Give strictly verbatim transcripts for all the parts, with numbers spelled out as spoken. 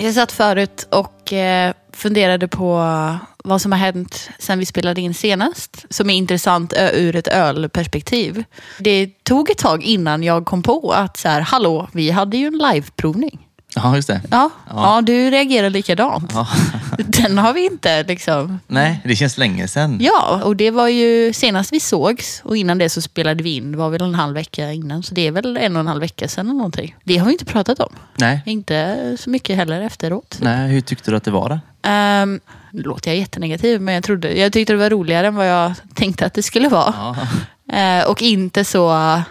Jag satt förut och eh, funderade på vad som har hänt sen vi spelade in senast. Som är intressant ö- ur ett ölperspektiv. Det tog ett tag innan jag kom på att så här, hallå, vi hade ju en liveprovning. Ja, just det. Ja, ja. ja du reagerar likadant. Ja. Den har vi inte liksom. Nej, det känns länge sedan. Ja, och det var ju senast vi sågs. Och innan det så spelade vi in, det var väl en halv vecka innan. Så det är väl en och en halv vecka sedan eller någonting. Det har vi inte pratat om. Nej. Inte så mycket heller efteråt. Nej, hur tyckte du att det var då? Um, nu låter jag jättenegativ, men jag, trodde, jag tyckte det var roligare än vad jag tänkte att det skulle vara. Ja. Uh, och inte så...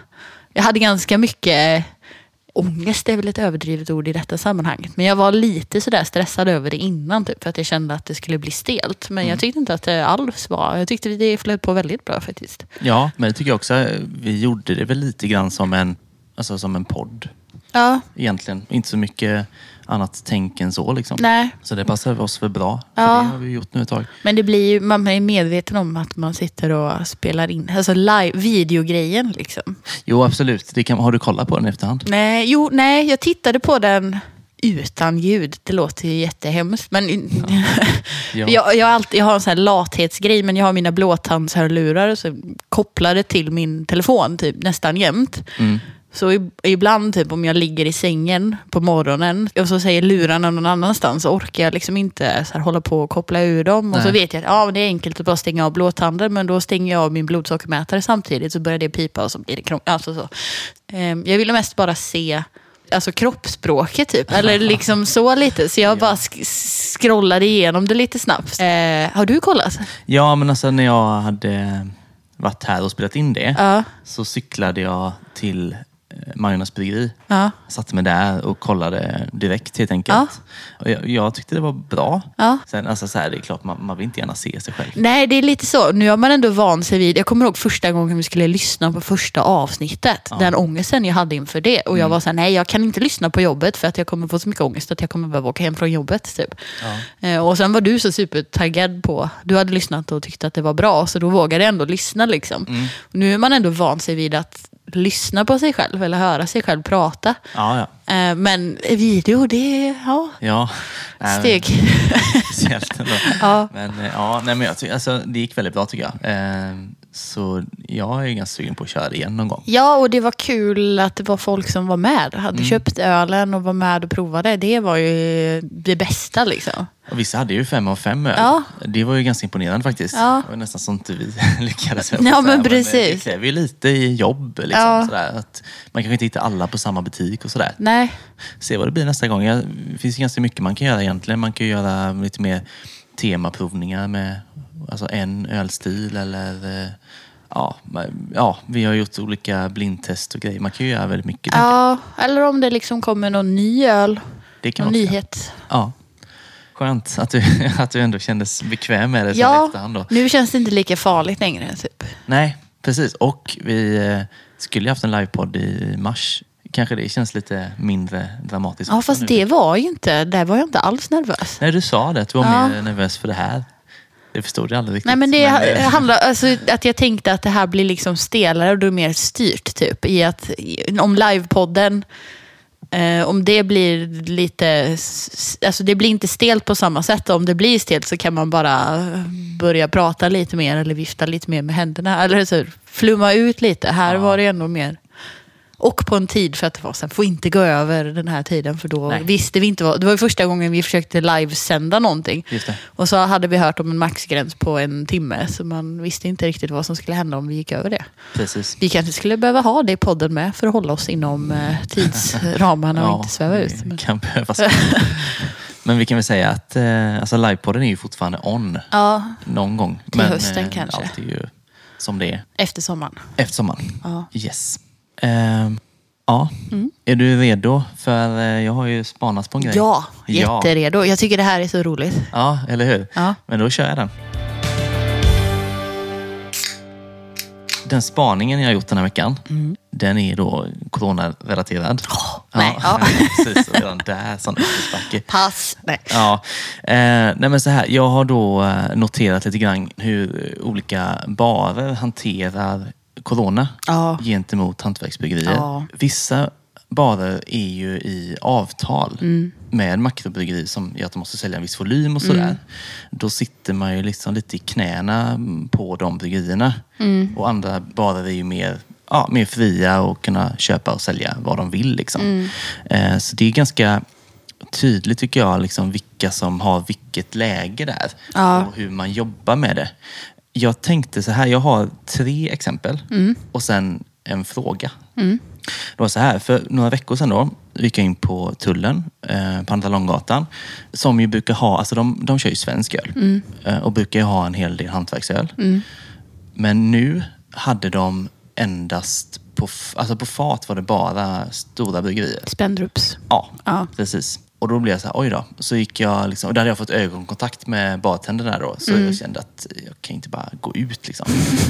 Jag hade ganska mycket... Ångest är väl ett överdrivet ord i detta sammanhanget. Men jag var lite sådär stressad över det innan typ, för att jag kände att det skulle bli stelt. Men mm. jag tyckte inte att det alls var. Jag tyckte det flöt på väldigt bra faktiskt. Ja, men det tycker jag också. Vi gjorde det väl lite grann som en, alltså som en podd. Ja. Egentligen. Inte så mycket annat tänk än så liksom. Nej. Så det passar oss för bra. För ja. det har vi gjort nu ett tag. Men det blir ju, man är medveten om att man sitter och spelar in. Alltså live, videogrejen liksom. Jo, absolut. Det kan, har du kollat på den i efterhand? Nej, jo, nej, jag tittade på den utan ljud. Det låter ju jättehemskt. Men ja. Ja. jag, jag, har alltid, jag har en sån här lathetsgrej, men jag har mina blåtandshörlurar så kopplade till min telefon typ nästan jämt. Mm. Så ibland typ om jag ligger i sängen på morgonen och så säger lurarna någon annanstans, så orkar jag liksom inte så här hålla på och koppla ur dem. Nej. Och så vet jag att ja, det är enkelt att bara stänga av blåtanden, men då stänger jag av min blodsockermätare samtidigt, så börjar det pipa och så blir det krångligt. Alltså så. Jag ville mest bara se alltså kroppsspråket typ, eller liksom så lite. Så jag ja. bara sk- scrollade igenom det lite snabbt. Eh, har du kollat? Ja, men alltså när jag hade varit här och spelat in det ja. så cyklade jag till Majornas bryggeri. Ja. Satte mig där och kollade direkt helt enkelt. Ja. Och jag, jag tyckte det var bra. Ja. Sen, alltså så här, det är klart, man, man vill inte gärna se sig själv. Nej, det är lite så. Nu har man ändå van sig vid... Jag kommer ihåg första gången vi skulle lyssna på första avsnittet. Ja. Den ångesten jag hade inför det. Och jag mm. var så här, nej, jag kan inte lyssna på jobbet för att jag kommer få så mycket ångest att jag kommer behöva åka hem från jobbet. Typ. Ja. Och sen var du så supertaggad på... Du hade lyssnat och tyckte att det var bra, så då vågade jag ändå lyssna liksom. Mm. Och nu är man ändå van sig vid att lyssna på sig själv eller höra sig själv prata. Ja, ja. Eh, men video, det är ja, ja. steg. Speciellt ändå. Ja. Men, ja, nej, men jag tycker, alltså, det gick väldigt bra tycker jag. Eh, så jag är ganska sugen på att köra igen någon gång. Ja, och det var kul att det var folk som var med. Hade mm. köpt ölen och var med och provade. Det var ju det bästa liksom. Och vissa hade ju fem av fem öl. Ja. Det var ju ganska imponerande faktiskt. Ja. Det var nästan som inte vi lyckades. Ja, men precis. Men det kräver ju lite i jobb. Liksom, ja. Sådär, att man kanske inte hittar alla på samma butik och sådär. Nej. Se vad det blir nästa gång. Det finns ganska mycket man kan göra egentligen. Man kan göra lite mer temaprovningar med alltså en ölstil eller... Ja, ja, vi har gjort olika blindtest och grejer. Man kan ju göra väldigt mycket. Ja, eller om det liksom kommer någon ny öl. Det kan någon också. Nyhet. Ja. Skönt att du, att du ändå kändes bekväm med det. Ja, efterhand då. Nu känns det inte lika farligt längre typ. Nej, precis. Och vi skulle ju haft en livepodd i mars. Kanske det känns lite mindre dramatiskt. Ja, fast nu. det var ju inte, där var jag inte alls nervös. Nej, du sa det. Att du var ja. mer nervös för det här. Det förstod jag aldrig riktigt. Nej, men det men, handlar alltså att jag tänkte att det här blir liksom stelare och då är mer styrt typ i att om livepodden eh, om det blir lite alltså det blir inte stelt på samma sätt. Om det blir stelt så kan man bara börja prata lite mer eller vifta lite mer med händerna eller så flumma ut lite. Här ja. var det ändå mer. Och på en tid för att det var sen får inte gå över den här tiden för då Nej. visste vi inte vad. Det var ju första gången vi försökte livesända någonting. Just det. Och så hade vi hört om en maxgräns på en timme så man visste inte riktigt vad som skulle hända om vi gick över det. Precis. Vi kanske skulle behöva ha det i podden med för att hålla oss inom eh, tidsramarna och ja, inte sväva ut. Men kan behövas. Men vi kan väl säga att eh, alltså livepodden är ju fortfarande on. Ja. Någon gång. Till Men hösten eh, kanske. Allt är ju som det är. Efter sommaren. Efter sommaren. Ja. Yes. Uh, ja, mm. Är du redo? För uh, jag har ju spanat på en grej. Ja, jätteredo. Jag tycker det här är så roligt. Ja, eller hur? Ja. Men då kör jag den. Den spaningen jag har gjort den här veckan, mm. den är då coronarelaterad. Oh, nej, ja. Ja. Precis, redan där. Sån Pass. Nej. Ja. Eh, nej men så här, jag har då noterat lite grann hur olika barer hanterar corona ja. gentemot hantverksbryggerier. Ja. Vissa barer är ju i avtal mm. med makrobryggeri som gör att de måste sälja en viss volym och sådär. Mm. Då sitter man ju liksom lite i knäna på de bryggerierna. Mm. Och andra barer är ju mer, ja, mer fria och kunna köpa och sälja vad de vill. Liksom. Mm. Eh, så det är ganska tydligt tycker jag liksom, vilka som har vilket läge där. Ja. Och hur man jobbar med det. Jag tänkte så här, jag har tre exempel mm. och sen en fråga. Mm. Det var så här, för några veckor sedan då gick jag in på tullen eh, på Andra Långgatan som ju brukar ha, alltså de, de kör ju svensk öl mm. eh, och brukar ju ha en hel del hantverksöl. Mm. Men nu hade de endast på, alltså på fat var det bara stora bryggerier. Spendrups. Ja, ja, precis. Och då blev jag så här, oj då. Så gick jag liksom, och där hade jag fått ögonkontakt med bartenderna då. Så mm. jag kände att jag kan inte bara gå ut liksom.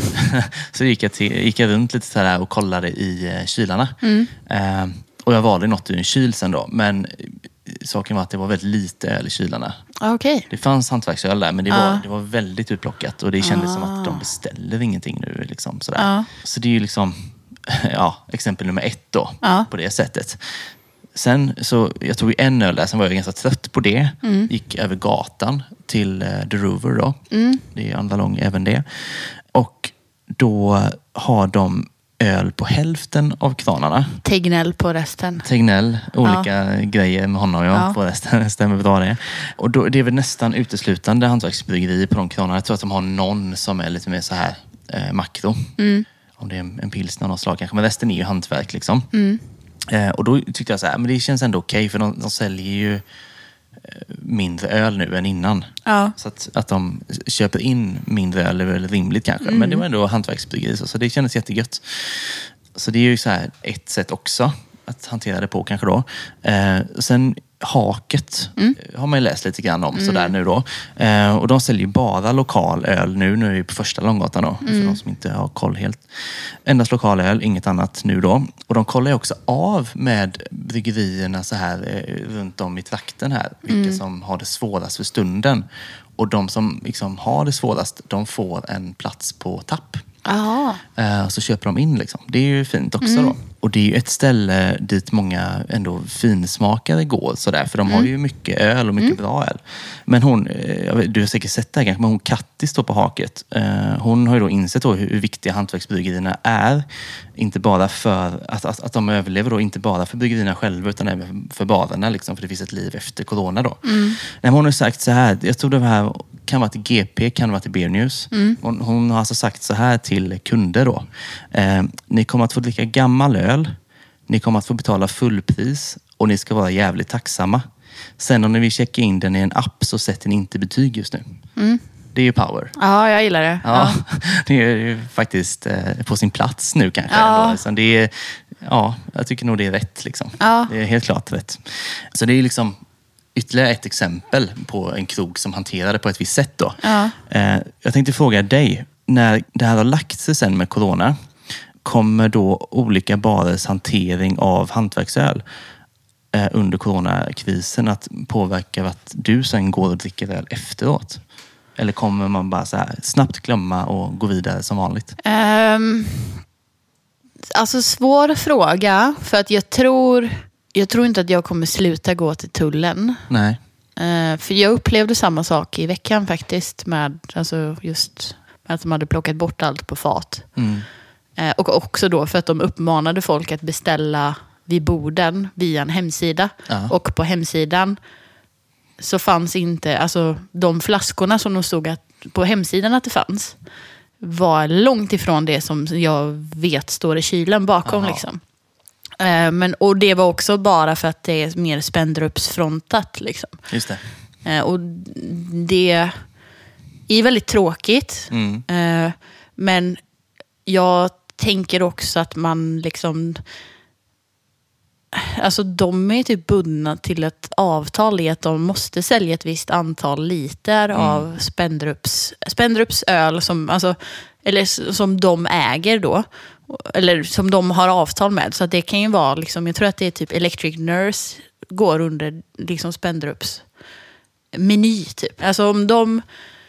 Så gick jag, till, gick jag runt lite så här och kollade i eh, kylarna. Mm. Eh, och jag valde något ur en kyl sen då. Men saken var att det var väldigt lite öl i kylarna. Okay. Det fanns hantverksöl där, men det var, ah. det var väldigt utplockat. Och det kändes ah. som att de beställer ingenting nu. Liksom, sådär. Ah. Så det är ju liksom, ja, exempel nummer ett då. Ah. På det sättet. Sen så, jag tog en öl där, sen var jag ganska trött på det. Mm. Gick över gatan till uh, The Rover då. Mm. Det är Andra Lång även det. Och då har de öl på hälften av kranarna. Tegnell på resten. Tegnell, olika ja. grejer med honom ja, ja. på resten. Stämmer bra det. Och då, det är väl nästan uteslutande hantverksbryggeri på de kranarna. Jag tror att de har någon som är lite mer så här eh, makro. Mm. Om det är en, en pilsner av något slag kanske. Men resten är ju hantverk liksom. Mm. Eh, och då tyckte jag så här, men det känns ändå okej okay, för de, de säljer ju mindre öl nu än innan. Ja. Så att, att de köper in mindre öl är väl rimligt kanske. Mm. Men det var ändå hantverksbryggeri så, så det kändes jättegött. Så det är ju så här ett sätt också att hantera det på kanske då. Eh, sen Haket mm. har man ju läst lite grann om mm. sådär nu då. Eh, och de säljer ju bara lokal öl nu. Nu är vi på första Långgatan då. Mm. För de som inte har koll helt. Endast lokal öl, inget annat nu då. Och de kollar ju också av med bryggerierna så här eh, runt om i trakten här. Vilka mm. som har det svårast för stunden. Och de som liksom har det svårast, de får en plats på tapp. Uh, så köper de in liksom. Det är ju fint också mm. då. Och det är ju ett ställe dit många ändå finsmakare går sådär. För de mm. har ju mycket öl och mycket mm. bra öl. Men hon, du har säkert sett det här kanske, men hon Katti står på Haket. Uh, hon har ju då insett då hur viktiga hantverksbryggerierna är. Inte bara för att, att, att de överlever då, inte bara för bryggerierna själva utan även för barerna liksom. För det finns ett liv efter corona då. Mm. Nej, men hon har sagt så här, jag tror det här kan vara till G P, kan vara till Beer News. Mm. Hon, hon har alltså sagt så här till kunder då. Eh, ni kommer att få dricka gammal öl. Ni kommer att få betala fullpris. Och ni ska vara jävligt tacksamma. Sen om ni vill checka in den i en app så sätter ni inte betyg just nu. Mm. Det är ju power. Ja, jag gillar det. Ja, ja. Det är ju faktiskt eh, på sin plats nu kanske. Ja. Så det är, ja, jag tycker nog det är rätt liksom. Ja. Det är helt klart rätt. Så det är liksom ytterligare ett exempel på en krog som hanterade på ett visst sätt då. Ja. Eh, jag tänkte fråga dig, när det här har lagt sig sen med corona, kommer då olika barers hantering av hantverksöl eh, under coronakrisen att påverka att du sen går och dricker öl efteråt? Eller kommer man bara så här snabbt glömma och gå vidare som vanligt? Um, alltså svår fråga, för att jag tror... Jag tror inte att jag kommer sluta gå till tullen. Nej. Uh, för jag upplevde samma sak i veckan faktiskt. Med, alltså just med att de hade plockat bort allt på fat. Mm. Uh, och också då för att de uppmanade folk att beställa vid borden via en hemsida. Ja. Och på hemsidan så fanns inte... Alltså de flaskorna som de stod att, på hemsidan att det fanns var långt ifrån det som jag vet står i kylen bakom. Aha. Liksom. Men, och det var också bara för att det är mer Spendrups-frontat liksom. Just det. Och det är väldigt tråkigt. Mm. Men jag tänker också att man liksom... Alltså de är typ bundna till ett avtal i att de måste sälja ett visst antal liter mm. av Spendrups, Spendrups öl som, alltså, eller som de äger då. Eller som de har avtal med. Så att det kan ju vara liksom, jag tror att det är typ Electric Nurse går under liksom Spendrups meny typ. Alltså om de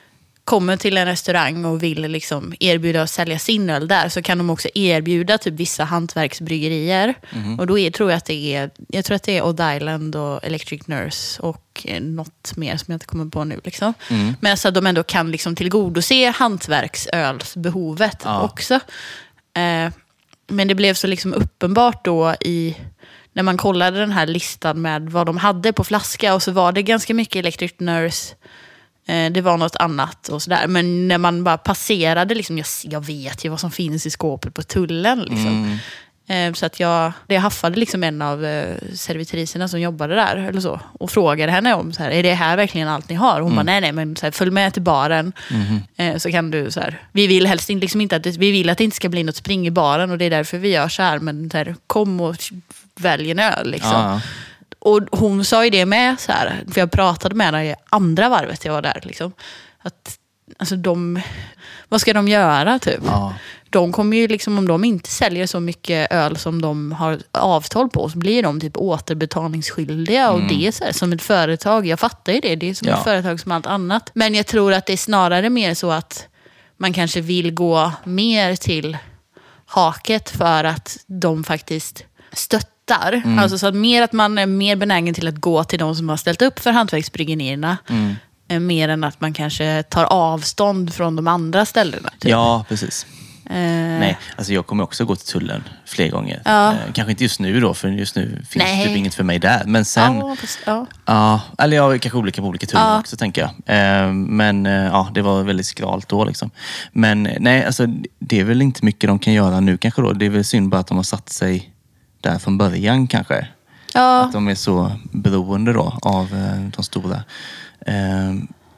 kommer till en restaurang och vill liksom erbjuda att sälja sin öl där, så kan de också erbjuda typ vissa hantverksbryggerier. Mm. Och då är, tror jag att det är jag tror att det är Odd Island och Electric Nurse och något mer som jag inte kommer på nu liksom. Mm. Men så att de ändå kan liksom tillgodose hantverksölsbehovet ja. också. Eh, men det blev så liksom uppenbart då i när man kollade den här listan med vad de hade på flaska, och så var det ganska mycket Electric Nurse. Det var något annat och sådär. Men när man bara passerade, liksom, jag, jag vet ju vad som finns i skåpet på tullen. Liksom. Mm. Så att jag, det haffade liksom en av servitriserna som jobbade där eller så, och frågade henne om så här, är det här verkligen allt ni har? Hon mm. bara, nej nej, men så här, följ med till baren. Mm. Så kan du så här, vi vill helst inte, liksom inte att det, vi vill att det inte ska bli något spring i baren, och det är därför vi gör så här, men så här, kom och välj en öl liksom. Ja. Och hon sa ju det med så här, för jag pratade med henne i andra varvet jag var där liksom, att alltså de, vad ska de göra typ? Ja. De kommer ju liksom, om de inte säljer så mycket öl som de har avtal på, så blir de typ återbetalningsskyldiga. Mm. Och det är så här, som ett företag, jag fattar ju det, det är som ja. ett företag som allt annat. Men jag tror att det är snarare mer så att man kanske vill gå mer till haket för att de faktiskt stöttar. Mm. Alltså så att mer att man är mer benägen till att gå till de som har ställt upp för hantverksbryggerierna. Mm. Mer än att man kanske tar avstånd från de andra ställena. Typ. Ja, precis. Eh. Nej, alltså jag kommer också gå till tullen fler gånger. Ja. Eh, kanske inte just nu då, för just nu finns det typ inget för mig där. Men sen... Ja, fast, ja. ja eller ja, kanske olika på olika tullen ja. också, tänker jag. Eh, men eh, ja, det var väldigt skralt då liksom. Men nej, alltså det är väl inte mycket de kan göra nu kanske då. Det är väl synd bara att de har satt sig där från början kanske. Ja. Att de är så beroende då av eh, de stora. Eh,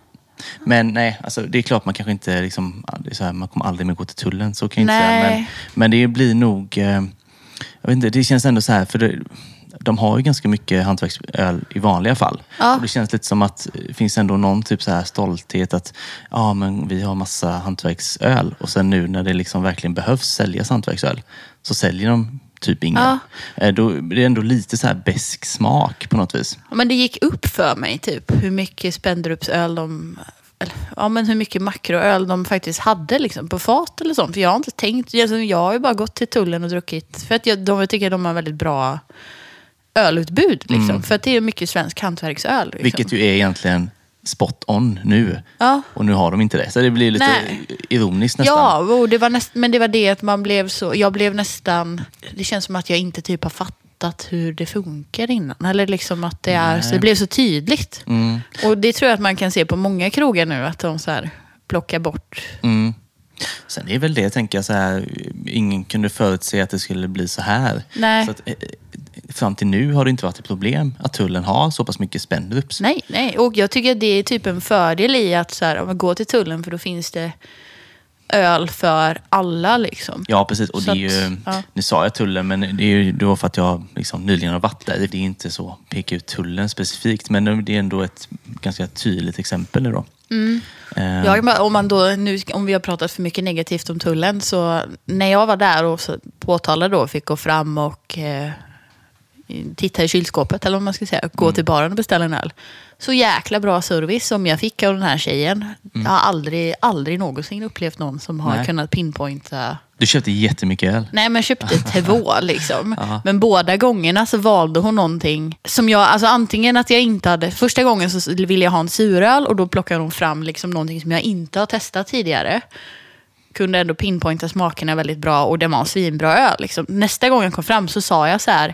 men nej, alltså det är klart man kanske inte liksom, det är så här, man kommer aldrig mer gå till tullen, så kan jag inte säga. Men, men det blir nog, eh, jag vet inte, det känns ändå så här, för det, de har ju ganska mycket hantverksöl i vanliga fall. Ja. Och det känns lite som att det finns ändå någon typ så här stolthet att ja, men vi har massa hantverksöl, och sen nu när det liksom verkligen behövs säljas hantverksöl, så säljer de typ ingen. Ja. Då det är ändå lite så här besk smak på något vis. Men det gick upp för mig typ hur mycket Spendrupsöl de, ja men hur mycket makroöl de faktiskt hade liksom på fat eller sånt. För jag har inte tänkt, jag har ju bara gått till tullen och druckit, för att jag, de tycker att de har väldigt bra ölutbud liksom. Mm. För att det är mycket svensk hantverksöl. Liksom. Vilket ju är egentligen spot on nu. Ja. Och nu har de inte det. Så det blir lite Nej. ironiskt nästan. Ja, och det var näst, men det var det att man blev så... Jag blev nästan... Det känns som att jag inte typ har fattat hur det funkar innan. Eller liksom att det är... Så det blev så tydligt. Mm. Och det tror jag att man kan se på många krogar nu. Att de så här plockar bort... Mm. Sen är väl det, tänker jag så här... Ingen kunde förutse att det skulle bli så här. Nej. Så att, fram till nu har det inte varit ett problem att tullen har så pass mycket Spendrups. Nej, nej. Och jag tycker att det är typ en fördel i att så här, om man går till tullen, för då finns det öl för alla liksom. Ja, precis. Och så det är ju, ja. Nu sa jag tullen, men det är ju då för att jag liksom nyligen har varit där. Det är inte så peka ut tullen specifikt, men det är ändå ett ganska tydligt exempel då. Mm. Uh. Ja, om, man då, nu, om vi har pratat för mycket negativt om tullen, så när jag var där och så påtalade då, fick gå fram och eh, titta i kylskåpet eller vad man ska säga, gå mm. till baren och beställa en öl. Så jäkla bra service som jag fick av den här tjejen. Mm. Jag har aldrig, aldrig någonsin upplevt någon som har Nej. kunnat pinpointa. Du köpte jättemycket öl. Nej, men jag köpte två liksom. Men båda gångerna så valde hon någonting som jag, alltså antingen att jag inte hade, första gången så ville jag ha en suröl, och då plockade hon fram liksom någonting som jag inte har testat tidigare. Kunde ändå pinpointa smakerna väldigt bra, och det var en svinbra öl liksom. Nästa gång jag kom fram så sa jag så här,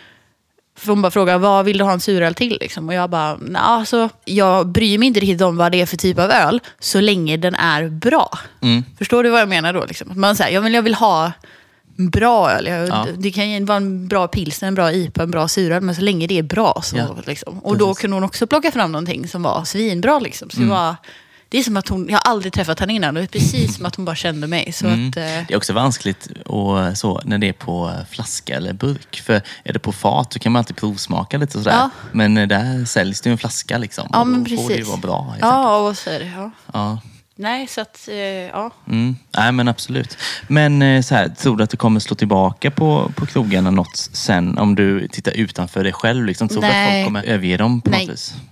för hon bara frågade, vad vill du ha en suröl till? Liksom. Och jag bara, alltså, jag bryr mig inte riktigt om vad det är för typ av öl, så länge den är bra. Mm. Förstår du vad jag menar då? Liksom? Man säger, jag vill, jag vill ha bra öl. Jag, ja. Det kan ju vara en bra pilsner, en bra I P A, en bra suröl, men så länge det är bra. Så, ja. liksom. Och Precis. Då kunde hon också plocka fram någonting som var svinbra. Liksom. Så mm. det var... Det är som att hon, jag har aldrig träffat henne innan, och det är precis som att hon bara kände mig. Så mm. att, eh... Det är också vanskligt och så, när det är på flaska eller burk. För är det på fat så kan man alltid provsmaka lite sådär. Ja. Men där säljs det ju en flaska liksom. Ja, men och då precis. får det ju vara bra. Ja, och så är det. Ja. Ja. Nej, så att, eh, ja. Mm. Nej, men absolut. Men så här, tror du att du kommer slå tillbaka på, på krogarna något sen, om du tittar utanför dig själv? Liksom, tror du att folk kommer överge dem på Nej. något vis?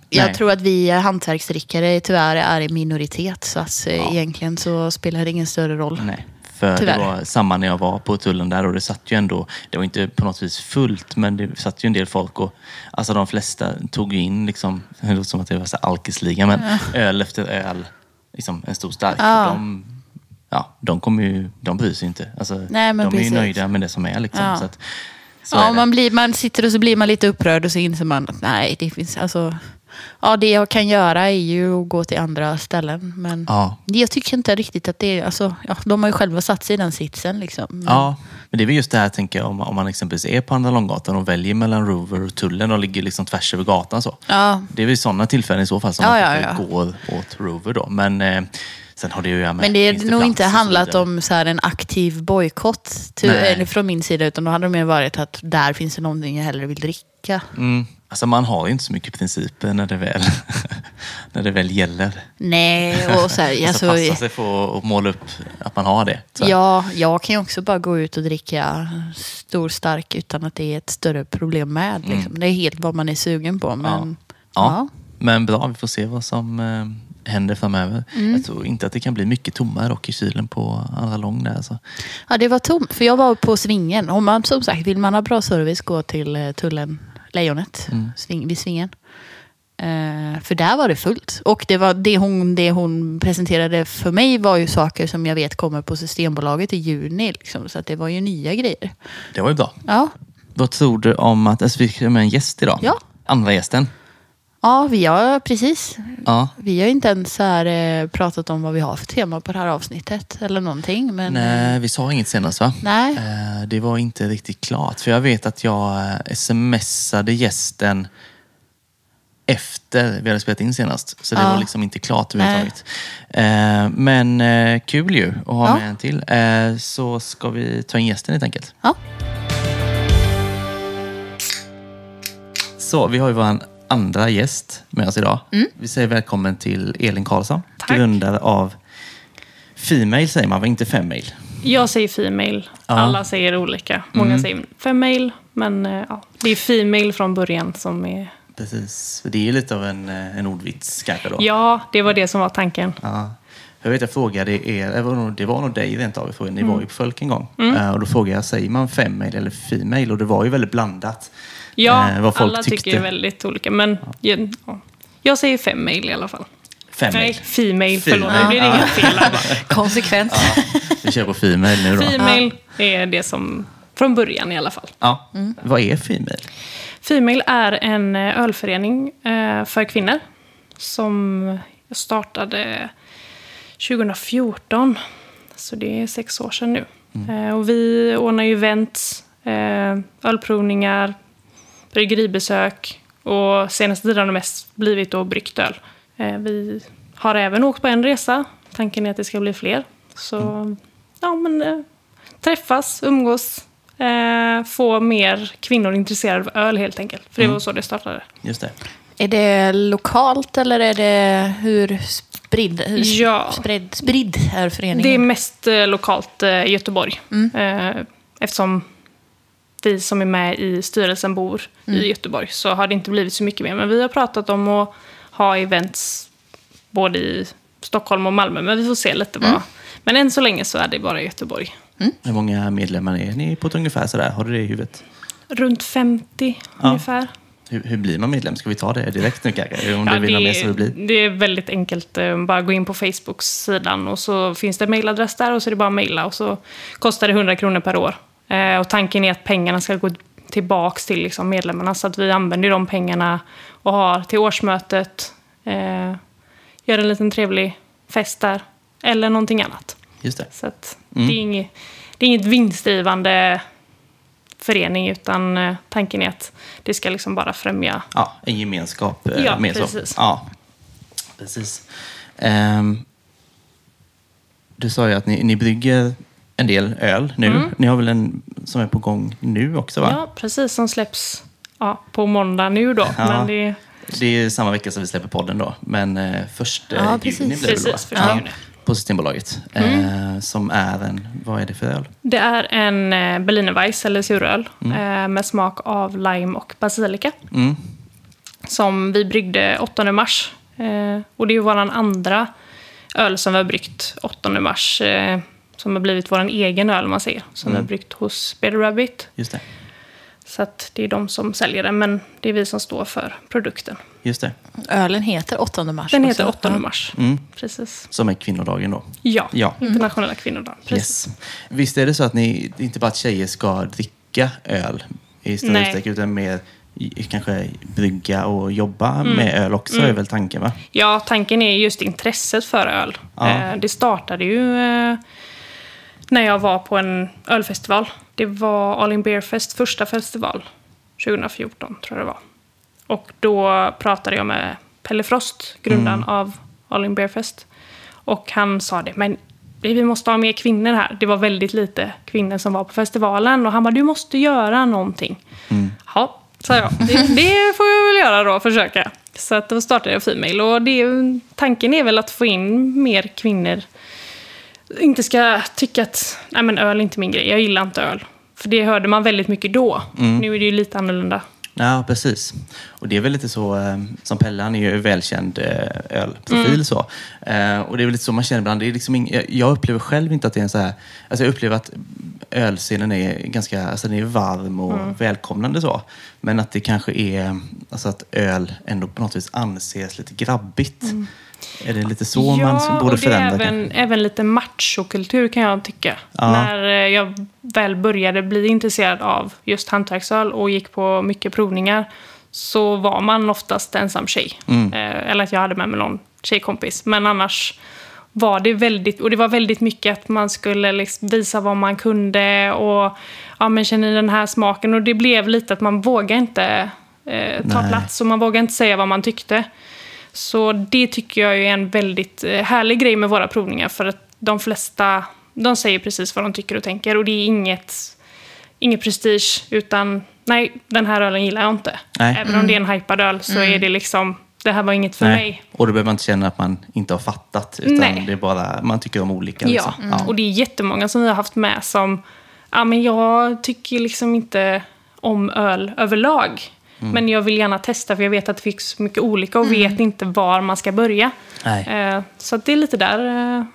Jag Nej. tror att vi hantverksdrickare tyvärr är i minoritet. Så att ja. egentligen så spelar det ingen större roll. Nej. För tyvärr. Det var samma när jag var på tullen där och det satt ju ändå, det var inte på något vis fullt, men det satt ju en del folk och alltså de flesta tog ju in liksom, det låter som att det var så alkisliga, men ja. öl efter öl, liksom en stor stark. Ja. De, ja, de kommer ju, de bryr sig inte. Alltså, Nej, men de precis. är ju nöjda med det som är liksom. Ja. Så att, så ja, är man, blir, man sitter och så blir man lite upprörd och så inser man att nej, det finns alltså... Ja, det jag kan göra är ju att gå till andra ställen. Men ja. jag tycker inte riktigt att det är... Alltså, ja, de har ju själva satt sig i den sitsen. Liksom. Men... Ja, men det är väl just det här, tänker jag, om, om man exempelvis är på Andra Långgatan och väljer mellan Rover och tullen och ligger liksom tvärs över gatan. Så. Ja. Det är väl sådana tillfällen i så fall som ja, man ja, ja. går åt Rover då. Men... Eh, Sen har det ju med, men det är nog inte handlat om så här en aktiv bojkott från min sida, utan då hade det mer varit att där finns det någonting jag hellre vill dricka. Mm. Alltså man har ju inte så mycket principer när det väl, när det väl gäller. Nej, och så här, alltså, passa sig för att måla upp att man har det. Ja, jag kan ju också bara gå ut och dricka stor stark utan att det är ett större problem med. Liksom. Mm. Det är helt vad man är sugen på. Men, ja. Ja. Ja. men bra, vi får se vad som... Eh, händer framöver. Mm. Jag tror inte att det kan bli mycket tomma dock i kylen på Andra Lång där. Så. Ja, det var tomt. För jag var på Svingen. Om man, som sagt, vill man ha bra service, gå till tullen Lejonet mm. sving, vid Svingen. Uh, för där var det fullt. Och det, var det, hon, det hon presenterade för mig var ju saker som jag vet kommer på Systembolaget i juni. Liksom. Så att det var ju nya grejer. Det var ju bra. Ja. Vad tror du om att alltså, vi fick med en gäst idag? Ja. Andra gästen. Ja, vi har precis. Ja. Vi har inte ens här, eh, pratat om vad vi har för tema på det här avsnittet eller någonting. Men... Nej, vi sa inget senast va? Nej. Eh, det var inte riktigt klart. För jag vet att jag smsade gästen efter vi hade spelat in senast. Så det ja. var liksom inte klart överhuvudtaget. Eh, men eh, kul ju att ha ja. med en till. Eh, så ska vi ta in gästen helt enkelt. Ja. Så, vi har ju våran andra gäst med oss idag. Mm. Vi säger välkommen till Elin Karlsson. Tack. Grundare av Female säger man, inte Female. Jag säger Female. Ja. Alla säger olika. Många mm. säger Female, men ja, det är Female från början som är... Precis, det är lite av en, en ordvits kanske då. Ja, det var det som var tanken. Ja. Jag vet, jag frågade er, det var nog, det var nog dig rent av, för ni mm. var ju på Folk en gång. Mm. Och då frågade jag, säger man Female eller Female? Och det var ju väldigt blandat. Ja, eh, vad folk alla tyckte. tycker väldigt olika. Men ja. Ja, jag säger Female i alla fall. Female? Nej, Female, förlåt. Det blir inget fel. Konsekvent. Ja, vi kör på Female nu då. Female ja. är det som, från början i alla fall. Ja. Mm. Vad är Female? Female är en ölförening för kvinnor som jag startade tjugohundrafjorton. Så det är sex år sedan nu. Mm. Och vi ordnar ju events, ölprovningar, bryggeribesök och senaste tiden har det mest blivit då bryggt öl. Vi har även åkt på en resa. Tanken är att det ska bli fler. Så mm. ja, men träffas, umgås, eh, få mer kvinnor intresserade av öl helt enkelt. För det var mm. så det startade. Just det. Är det lokalt eller är det hur spridd, hur ja. spridd, spridd är föreningen? Det är mest eh, lokalt eh, i Göteborg. Mm. Eh, eftersom vi som är med i styrelsen bor mm. i Göteborg så har det inte blivit så mycket mer. Men vi har pratat om att ha events både i Stockholm och Malmö. Men vi får se lite vad. Mm. Men än så länge så är det bara Göteborg. Mm. Hur många medlemmar är ni på ett ungefär sådär? Har du det i huvudet? Runt femtio ja. ungefär. Hur, hur blir man medlem? Ska vi ta det direkt nu kanske? Om ja, du vill det, ha med så det blir. Det är väldigt enkelt. Bara gå in på Facebook-sidan och så finns det mailadress där och så är det bara att mejla. Och så kostar det hundra kronor per år. Eh, och tanken är att pengarna ska gå tillbaks till liksom medlemmarna så att vi använder de pengarna och har till årsmötet. Eh, gör en liten trevlig fest där. Eller någonting annat. Just det. Så att mm. det, är inget, det är inget vinstdrivande förening utan eh, tanken är att det ska liksom bara främja... Ja, en gemenskap. Eh, ja, med precis. Så. Ja, precis. Um, du sa ju att ni, ni brygger en del öl nu. Mm. Ni har väl en som är på gång nu också, va? Ja, precis. Som släpps ja, på måndag nu då. Ja. Men det... det är samma vecka som vi släpper podden då. Men eh, första ja, juni precis. blir det precis, då, va? Första juni. På Systembolaget. Mm. Eh, som är en, vad är det för öl? Det är en eh, Berliner Weiss eller suröl. Mm. Eh, med smak av lime och basilika. Mm. som vi bryggde åttonde mars. Eh, och det är ju våran andra öl som vi har bryggt åttonde mars. Eh, som har blivit våran egen öl, man ser. Som mm. vi har bryggt hos Better Rabbit. Just det. Så att det är de som säljer den, men det är vi som står för produkten. Just det. Ölen heter åttonde mars. Den heter åttonde mars, mm. precis. Som är kvinnodagen då? Ja, ja. internationella kvinnodagen. Precis. Yes. Visst är det så att ni inte bara att tjejer ska dricka öl i större utsträckning, utan mer kanske brygga och jobba mm. med öl också mm. är väl tanken, va? Ja, tanken är just intresset för öl. Ja. Eh, det startade ju eh, när jag var på en ölfestival. Det var All In Beer Fest första festival tjugo fjorton, tror jag det var. Och då pratade jag med Pelle Frost, grundaren mm. av All In Beer Fest. Och han sa det, men vi måste ha mer kvinnor här. Det var väldigt lite kvinnor som var på festivalen. Och han bara, du måste göra någonting. Mm. Ja, sa jag. Det, det får jag väl göra då, försöka. Så att då startade jag Female. Och det, tanken är väl att få in mer kvinnor. Inte ska tycka att nej, men öl är inte min grej. Jag gillar inte öl. För det hörde man väldigt mycket då. Mm. Nu är det ju lite annorlunda. Ja, precis. Och det är väl lite så, eh, som Pelle, han är ju välkänd eh, ölprofil mm. så. Eh, och det är väl lite så man känner ibland. Det är liksom ing- jag upplever själv inte att det är en så här, alltså jag upplever att ölscenen är ganska, alltså den är varm och mm. välkomnande så. Men att det kanske är, alltså att öl ändå på något vis anses lite grabbigt. Mm. Är det lite så ja, man borde förändra? Ja, och det är även, även lite machokultur kan jag tycka. Ja. När jag väl började bli intresserad av just hantverksöl och gick på mycket provningar, så var man oftast ensam tjej. Mm. Eller att jag hade med mig någon tjejkompis. Men annars var det väldigt, och det var väldigt mycket att man skulle liksom visa vad man kunde och ja, men känner den här smaken. Och det blev lite att man vågade inte eh, ta Nej. plats och man vågade inte säga vad man tyckte. Så det tycker jag är en väldigt härlig grej med våra provningar. För att de flesta, de säger precis vad de tycker och tänker. Och det är inget, inget prestige, utan nej, den här ölen gillar jag inte. Nej. Även om det är en hypad öl så mm. är det liksom, det här var inget för nej. mig. Och då behöver man inte känna att man inte har fattat. Utan nej. det är bara, man tycker om olika. Liksom. Ja. Mm. ja, och det är jättemånga som vi har haft med som, ja men jag tycker liksom inte om öl överlag. Mm. Men jag vill gärna testa, för jag vet att det finns så mycket olika och mm. vet inte var man ska börja. Eh, så att det är lite där eh,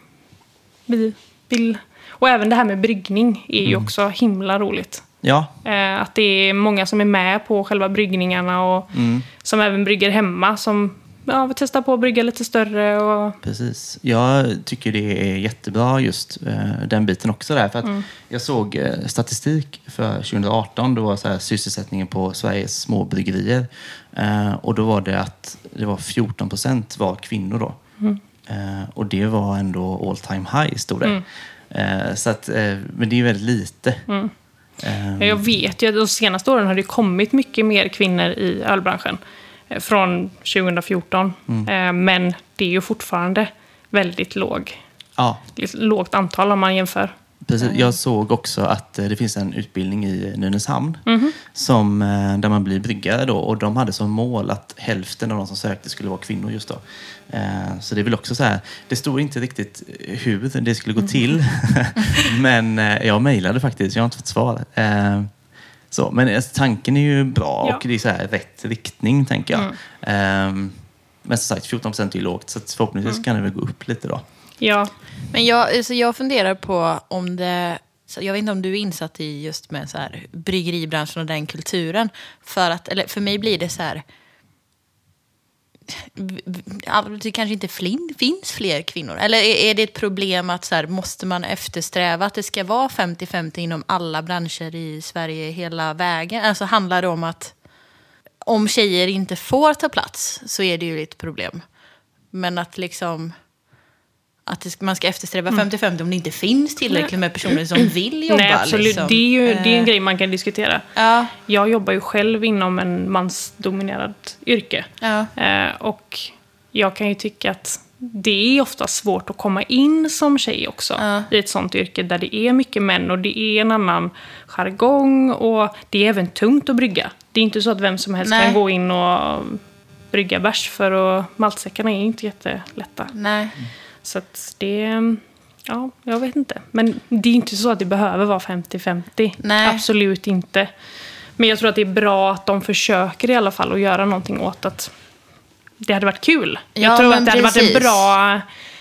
vi vill. Och även det här med bryggning är ju mm. också himla roligt. Ja. Eh, att det är många som är med på själva bryggningarna och mm. som även brygger hemma, som ja, vi testar på att brygga lite större. Och... Precis. Jag tycker det är jättebra just eh, den biten också där. För att mm. jag såg eh, statistik för tjugo arton. Då var så här, sysselsättningen på Sveriges små bryggerier. Eh, och då var det att det var fjorton procent var kvinnor då. Mm. Eh, och det var ändå all time high, stod det. Mm. Eh, så att, eh, men det är väldigt lite. Mm. Eh, jag vet ju att de senaste åren har det kommit mycket mer kvinnor i ölbranschen. Från tjugo fjorton. Mm. Men det är ju fortfarande väldigt låg. Ja. Lågt antal om man jämför. Precis. Jag såg också att det finns en utbildning i Nynäshamn mm. som, där man blir bryggare då. Och de hade som mål att hälften av de som sökte skulle vara kvinnor just då. Så det är väl också så här. Det stod inte riktigt hur det skulle gå mm. till. Men jag mejlade faktiskt. Jag har inte fått svar. Så, men tanken är ju bra ja. och det är så här rätt riktning, tänker jag. Mm. Um, men som sagt, fjorton procent är ju lågt, så förhoppningsvis mm. kan det väl gå upp lite då. Ja, men jag, alltså jag funderar på om det... Så jag vet inte om du är insatt i just med så här bryggeribranschen och den kulturen. För, att, eller för mig blir det så här... Det kanske inte finns fler kvinnor. Eller är det ett problem att så här, måste man eftersträva att det ska vara femtio femtio inom alla branscher i Sverige hela vägen? Alltså handlar det om att om tjejer inte får ta plats så är det ju ett problem. Men att liksom att det, man ska eftersträva femtio femtio om det inte finns tillräckligt med personer som vill jobba. Nej, absolut. Liksom. Det är ju det är en grej man kan diskutera. Ja. Jag jobbar ju själv inom en mansdominerad yrke. Ja. Eh, och jag kan ju tycka att det är ofta svårt att komma in som tjej också. Ja. I ett sånt yrke där det är mycket män och det är en annan jargong. Och det är även tungt att brygga. Det är inte så att vem som helst Nej. kan gå in och brygga bärs, för att maltsäckarna är inte jättelätta. Nej. Så att det, ja, jag vet inte. Men det är inte så att det behöver vara femtio femtio. Nej. Absolut inte. Men jag tror att det är bra att de försöker i alla fall att göra någonting åt att det hade varit kul. Ja, jag tror att det precis. hade varit en bra...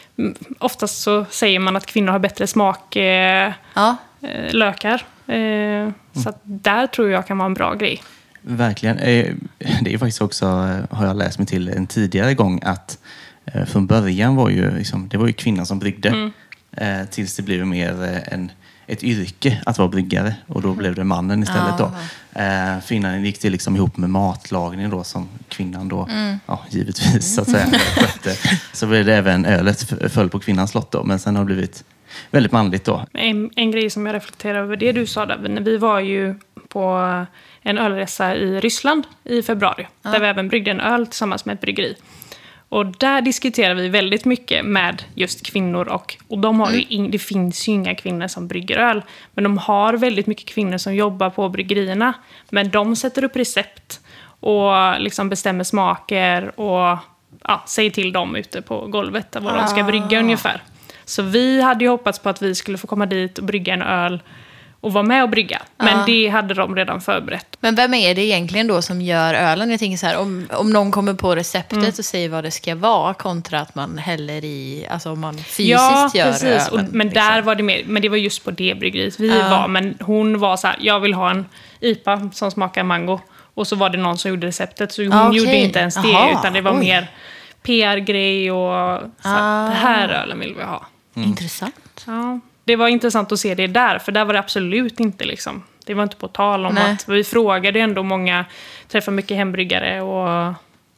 Oftast så säger man att kvinnor har bättre smak eh, ja. eh, lökar. Eh, mm. Så att där tror jag kan vara en bra grej. Verkligen. Eh, det är faktiskt också, har jag läst mig till en tidigare gång, att eh, från början var ju, liksom, det var ju kvinnan som bryggde. Mm. Eh, tills det blev mer eh, en... ett yrke att vara bryggare, och då blev det mannen istället då. Eh, för innan gick det liksom ihop med matlagning då, som kvinnan då, mm. ja, givetvis så att säga, skötte. Så blev det även ölet föll på kvinnans lott då, men sen har det blivit väldigt manligt då. En, en grej som jag reflekterar över det du sa där, när vi var ju på en ölresa i Ryssland i februari, ja. Där vi även bryggde en öl tillsammans med ett bryggeri. Och där diskuterar vi väldigt mycket med just kvinnor. Och, och de har mm. ju, det finns ju inga kvinnor som brygger öl. Men de har väldigt mycket kvinnor som jobbar på bryggerierna. Men de sätter upp recept och liksom bestämmer smaker. Och ja, säger till dem ute på golvet vad ah. de ska brygga ungefär. Så vi hade ju hoppats på att vi skulle få komma dit och brygga en öl. Och vara med och brygga. Men ja. Det hade de redan förberett. Men vem är det egentligen då som gör ölen? Jag tänker så här, om, om någon kommer på receptet mm. och säger vad det ska vara, kontra att man häller i, alltså om man fysiskt ja, gör precis. ölen. Och, men liksom. Där var det mer, men det var just på det bryggeriet vi ja. var. Men hon var så här, jag vill ha en I P A som smakar mango. Och så var det någon som gjorde receptet. Så hon okay. gjorde inte ens det, aha, utan det var oj. mer P R-grej och så här, ah. det här ölen vill vi ha. Mm. Intressant. Ja. Det var intressant att se det där, för där var det absolut inte liksom, det var inte på tal om Nej. Att vi frågade ändå många, träffade mycket hembryggare och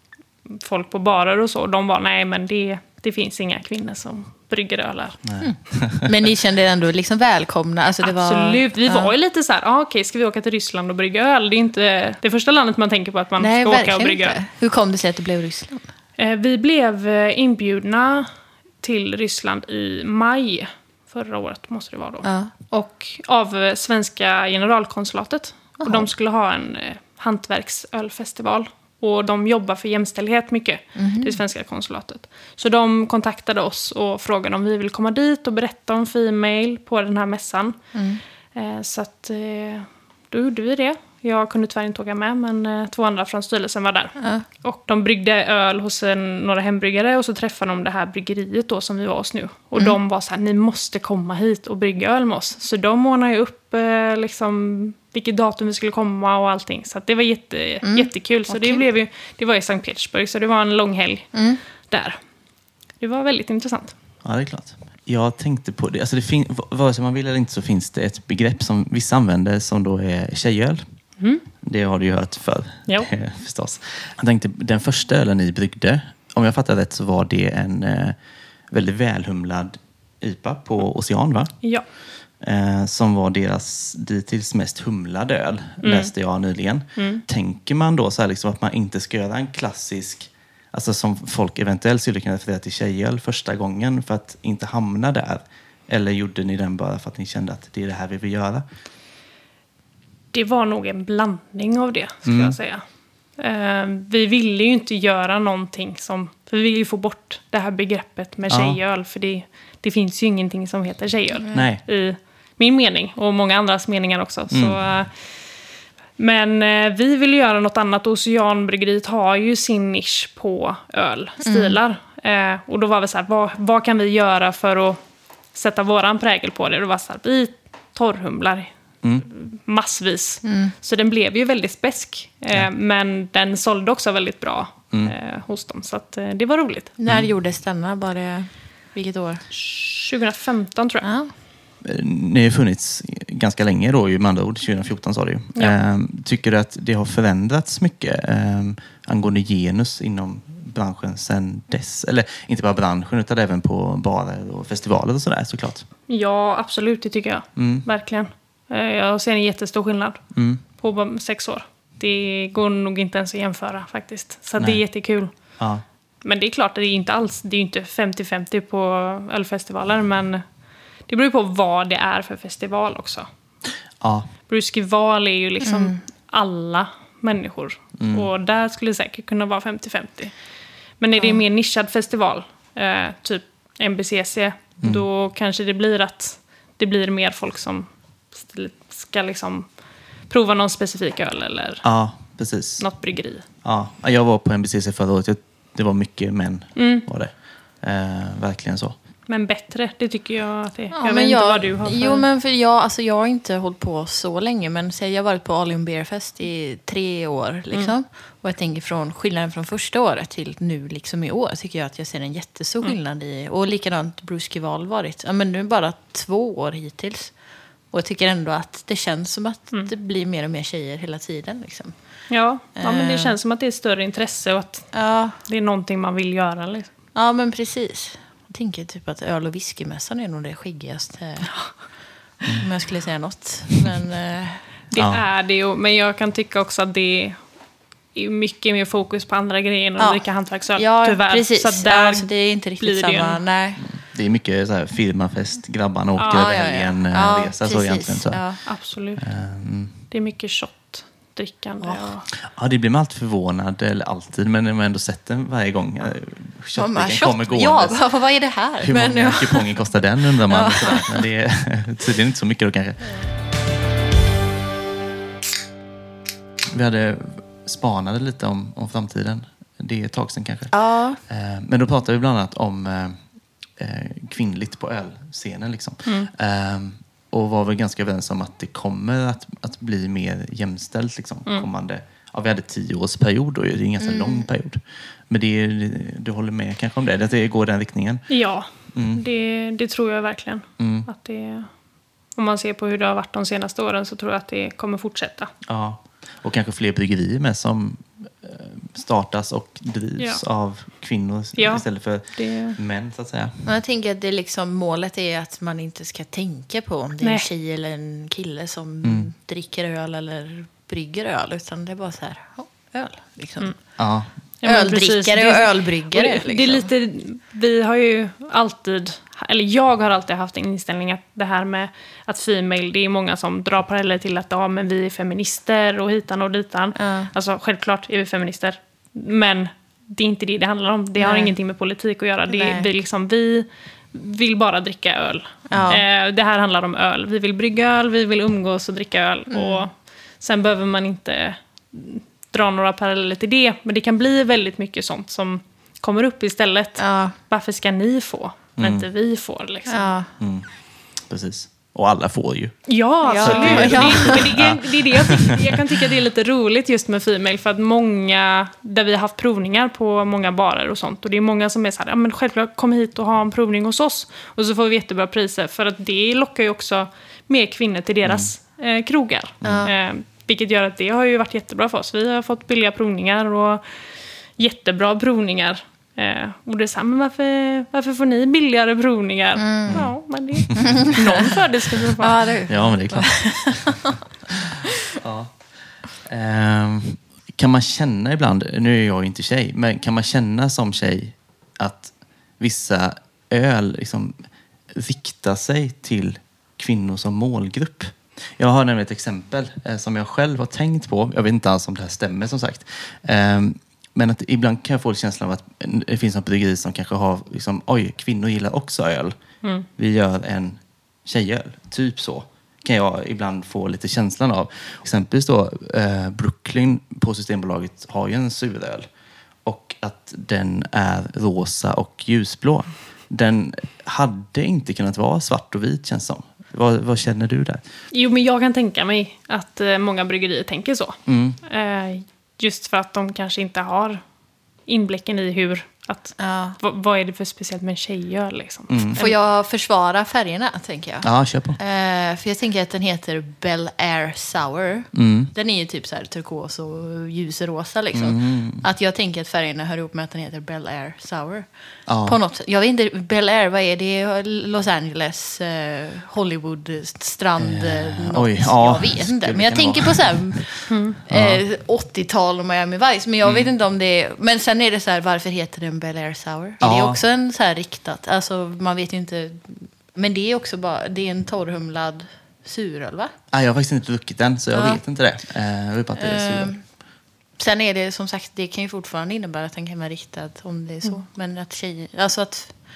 folk på barer och så, de var nej men det, det finns inga kvinnor som brygger öl. Mm. Men ni kände er ändå liksom välkomna? Alltså det absolut, var, vi ja. var ju lite så här, ah, okej okay, ska vi åka till Ryssland och brygga öl? Det är inte det första landet man tänker på att man Nej, ska åka och brygga inte. öl. Hur kom det sig att det blev Ryssland? Eh, vi blev inbjudna till Ryssland i maj förra året måste det vara då. Ja. Och av svenska generalkonsulatet. Aha. Och de skulle ha en eh, hantverksölfestival. Och de jobbar för jämställdhet mycket, mm-hmm. det svenska konsulatet. Så de kontaktade oss och frågade om vi vill komma dit och berätta om Female på den här mässan. Mm. Eh, så att eh, då gjorde vi det. Jag kunde tyvärr inte åka med, men eh, två andra från styrelsen var där. Ja. Och de bryggde öl hos en, några hembryggare och så träffade de det här bryggeriet då som vi var hos nu. Och mm. de var så här, ni måste komma hit och brygga öl med oss. Så de ordnade ju upp eh, liksom, vilket datum vi skulle komma och allting. Så att det var jätte, mm. jättekul. Så okay. det, blev ju, det var i Sankt Petersburg, så det var en lång helg mm. där. Det var väldigt intressant. Ja, det är klart. Jag tänkte på det. Alltså det fin- vare sig man vill eller inte så finns det ett begrepp som vissa använder som då är tjejöl. Mm. Det har du ju hört för förstås. Jag tänkte, den första ölen ni bryggde, om jag fattar rätt så var det en eh, väldigt välhumlad I P A på Ocean, va? Ja. Eh, som var deras dittills mest humlade öl, mm. läste jag nyligen. Mm. Tänker man då så här liksom att man inte ska göra en klassisk, alltså som folk eventuellt skulle kunna referera till tjejöl första gången för att inte hamna där? Eller gjorde ni den bara för att ni kände att det är det här vi vill göra? Det var nog en blandning av det, skulle mm. jag säga. Uh, vi ville ju inte göra någonting som... För vi ville ju få bort det här begreppet med tjejöl. Ja. För det, det finns ju ingenting som heter tjejöl. Nej. I min mening, och många andras meningar också. Mm. Så, uh, men uh, vi ville göra något annat. Oceanbryggeriet har ju sin nisch på ölstilar. Mm. Uh, och då var vi så här, vad, vad kan vi göra för att sätta våran prägel på det? Det var så här, vi torrhumlar Mm. massvis. Mm. Så den blev ju väldigt spesk. Eh, ja. Men den sålde också väldigt bra mm. eh, hos dem. Så att, eh, det var roligt. När mm. gjordes denna? Var det, vilket år? tjugohundrafemton tror jag. Ja. Ni har funnits ganska länge då, med andra ord. tjugohundrafjorton sa du ju. Ja. Eh, tycker du att det har förändrats mycket eh, angående genus inom branschen sen dess? Eller inte bara branschen utan även på barer och festivaler och sådär såklart. Ja, absolut. Det tycker jag. Mm. Verkligen. Jag ser en jättestor skillnad mm. på sex år. Det går nog inte ens att jämföra faktiskt. Så det är jättekul. Ja. Men det är klart att det är inte alls, det är inte femtio femtio på ölfestivaler, men det beror på vad det är för festival också. Ja. Bruskival är ju liksom mm. alla människor. Mm. Och där skulle det säkert kunna vara femtio femtio. Men är det en mer nischad festival, eh, typ M B C C, mm. då kanske det blir att det blir mer folk som ska liksom prova någon specifik öl eller ja, precis. något bryggeri. Ja, jag var på N B C C förra året. Det var mycket män mm. var det. Eh, verkligen så. Men bättre, det tycker jag att det är. Ja, jag vet jag, inte vad du har för... Jo, men för jag, alltså, jag har inte hållit på så länge. Men säg, jag har varit på Alien Beer Fest i tre år. Liksom. Mm. Och jag tänker från skillnaden från första året till nu liksom i år. Tycker jag att jag ser en jättestor skillnad mm. i. Och likadant Bruskeval varit. Ja, men nu bara två år hittills. Och jag tycker ändå att det känns som att mm. det blir mer och mer tjejer hela tiden. Liksom. Ja, ja, men det känns som att det är större intresse och att ja. det är någonting man vill göra. Liksom. Ja, men precis. Jag tänker typ att öl- och whiskymässan är nog det skiggigaste. Mm. Om jag skulle säga något. Men, uh, det ja. är det ju. Men jag kan tycka också att det är mycket mer fokus på andra grejer än att dricka hantverksöl. Ja, tyvärr. precis. Så där alltså, det är inte riktigt samma. Nej. Det är mycket så här firmafest. Grabbarna åker ja, över ja, helgen. Ja. Resa ja, så egentligen. Så. Ja, absolut. Um, det är mycket shot. Drickande. Ja. ja, det blir man alltid förvånad, eller alltid, men jag har ändå sett den varje gång. Shotdrickan kommer gående. Ja, vad är det här? Hur många men, kuponger kostar den, undrar man. Ja. Men det är tydligen inte så mycket då kanske. Vi hade spanade lite om, om framtiden. Det är ett tag sedan kanske. Ja. Men då pratade vi bland annat om eh, kvinnligt på ölscenen. Liksom. Mm. Um, Och var väl ganska överens om att det kommer att, att bli mer jämställt liksom, mm. kommande. Ja, vi hade tio års period då, det är en ganska mm. lång period. Men det, du håller med kanske om det, att det går den riktningen? Ja, mm. det, det tror jag verkligen. Mm. Att det, om man ser på hur det har varit de senaste åren så tror jag att det kommer fortsätta. Ja, och kanske fler bryggerier med som startas och drivs ja. av kvinnor ja, istället för det... män så att säga. Jag tänker att det liksom, målet är att man inte ska tänka på om det är Nej. en tjej eller en kille som mm. dricker öl eller brygger öl, utan det är bara så här, oh, öl liksom. Mm. Ja. Öldrickare och ölbryggare. Och det, liksom. det är lite, vi har ju alltid, eller jag har alltid haft en inställning att det här med att female, det är många som drar paralleller till att ja, men vi är feminister och hitan och ditan. Uh. Alltså självklart är vi feminister, men det är inte det det handlar om. Det Nej. har ingenting med politik att göra. Det är, vi, liksom, vi vill bara dricka öl. Uh. Eh, det här handlar om öl. Vi vill brygga öl, vi vill umgås och dricka öl. Mm. Och sen behöver man inte dra några paralleller till det. Men det kan bli väldigt mycket sånt som kommer upp istället. Ja. Varför ska ni få när mm. inte vi får? Liksom? Ja. Mm. Precis. Och alla får ju. Ja, absolut. Ja. Ja. Det, det, det, det är det jag, tycker, jag kan tycka det är lite roligt just med female. För att många, där vi har haft provningar på många barer och sånt. Och det är många som är så här, ja men självklart kom hit och ha en provning hos oss. Och så får vi jättebra priser. För att det lockar ju också mer kvinnor till deras mm. eh, krogar. Mm. Eh, Vilket gör att det har ju varit jättebra för oss. Vi har fått billiga provningar och jättebra provningar. Eh, och det är så här, men varför, varför får ni billigare provningar? Mm. Ja, men det är någon fördel ska vi få. Ja, det ja, men det är klart. ja. eh, kan man känna ibland, nu är jag inte tjej, men kan man känna som tjej att vissa öl liksom riktar sig till kvinnor som målgrupp? Jag har nämligen ett exempel eh, som jag själv har tänkt på. Jag vet inte alls om det här stämmer som sagt. Eh, men att ibland kan jag få känslan av att det finns något bryggeri som kanske har liksom, oj, kvinnor gillar också öl. Mm. Vi gör en tjejöl. Typ så kan jag ibland få lite känslan av. Exempelvis då eh, Brooklyn på Systembolaget har ju en suröl. Och att den är rosa och ljusblå. Den hade inte kunnat vara svart och vit känns som. Vad, vad känner du där? Jo, men jag kan tänka mig att eh, många bryggerier tänker så. Mm. Eh, just för att de kanske inte har inblicken i hur att, ja. v- vad är det för speciellt med en tjejöl liksom. Mm. Får jag försvara färgerna, tänker jag? Ja, kör på. Eh, för jag tänker att den heter Bel Air Sour. Mm. Den är ju typ så här turkos och ljusrosa liksom. Mm. Att jag tänker att färgerna hör ihop med att den heter Bel Air Sour. Ja. På något sätt. Jag vet inte, Bel Air, vad är det? Los Angeles, eh, Hollywood, strand, eh, något. Oj, ja. Jag vet inte. Men jag tänker vara. på så här mm. eh, åttiotal och Miami Vice. Men jag mm. vet inte om det är... Men sen är det så här, varför heter den Bel Air Sour? Ja. Det är också en så här riktat. Alltså man vet ju inte. Men det är också bara, det är en torrhumlad suröl, va? Ah, jag har faktiskt inte druckit den, så jag ja. vet inte det. Uh, jag vet bara att det är suröl. Uh, sen är det som sagt, det kan ju fortfarande innebära att den kan vara riktad om det är så. Mm. Men att tjejer, alltså att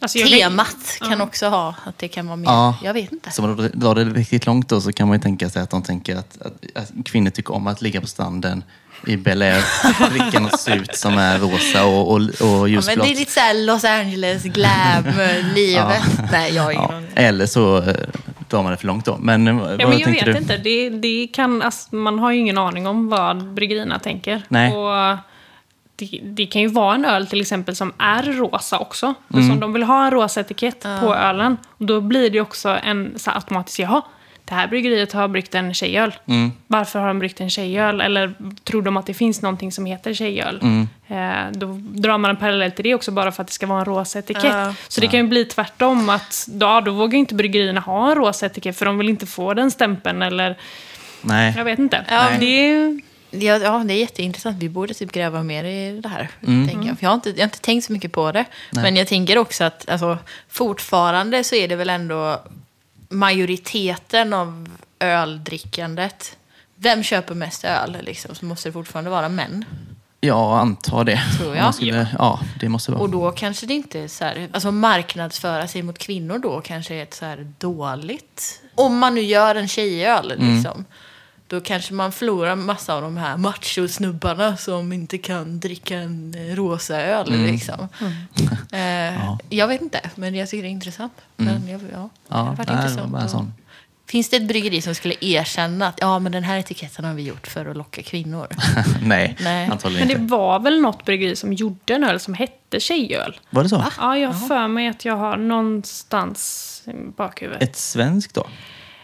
Alltså temat kan ja. också ha att det kan vara mer. Ja. Jag vet inte. Så om man drar det riktigt långt då så kan man ju tänka sig att de tänker att, att, att kvinnor tycker om att ligga på stranden i Bel Air, dricka något sut som är rosa och, och, och ljusblått. Ja, men det är lite så här Los Angeles glam-livet. Ja. Nej, jag har ingen ja. Eller så äh, drar man det för långt då. Men, ja, vad men jag tänker vet du? inte. Det, det kan, alltså, man har ju ingen aning om vad bryggerierna tänker. Nej. Och det, det kan ju vara en öl till exempel som är rosa också. Mm. Så om de vill ha en rosa etikett uh. på ölen, då blir det också en så här automatisk, jaha, det här bryggeriet har bryggt en tjejöl. Mm. Varför har de bryggt en tjejöl? Eller tror de att det finns någonting som heter tjejöl? Mm. Eh, då drar man en parallell till det också bara för att det ska vara en rosa etikett. Uh. Så det kan ju bli tvärtom att då, då vågar inte bryggerierna ha en rosa etikett för de vill inte få den stämpeln eller... Nej. Jag vet inte. Ja, det är... Ja, ja, det är jätteintressant. Vi borde typ gräva mer i det här. Mm. Tänker jag. För jag, har inte, jag har inte tänkt så mycket på det. Nej. Men jag tänker också att alltså, fortfarande så är det väl ändå majoriteten av öldrickandet. Vem köper mest öl? Liksom? Så måste det fortfarande vara män. Ja, antar det. Tror jag. Skulle, ja, det måste vara. Och då kanske det inte är så här... Alltså marknadsföra sig mot kvinnor då kanske är ett så här dåligt... Om man nu gör en tjejöl liksom... Mm. Då kanske man förlorar massa av de här macho-snubbarna som inte kan dricka en rosa öl. Mm. Liksom. Mm. Eh, ja. Jag vet inte, men jag tycker det är intressant. Mm. Men jag, ja, ja, det har varit intressant. Sån. Finns det ett bryggeri som skulle erkänna att ja, men den här etiketten har vi gjort för att locka kvinnor? Nej, Nej, antagligen inte. Men det var väl något bryggeri som gjorde en öl som hette tjejöl? Var det så? Va? Ja, jag har för mig att jag har någonstans i bakhuvudet. Ett svenskt då?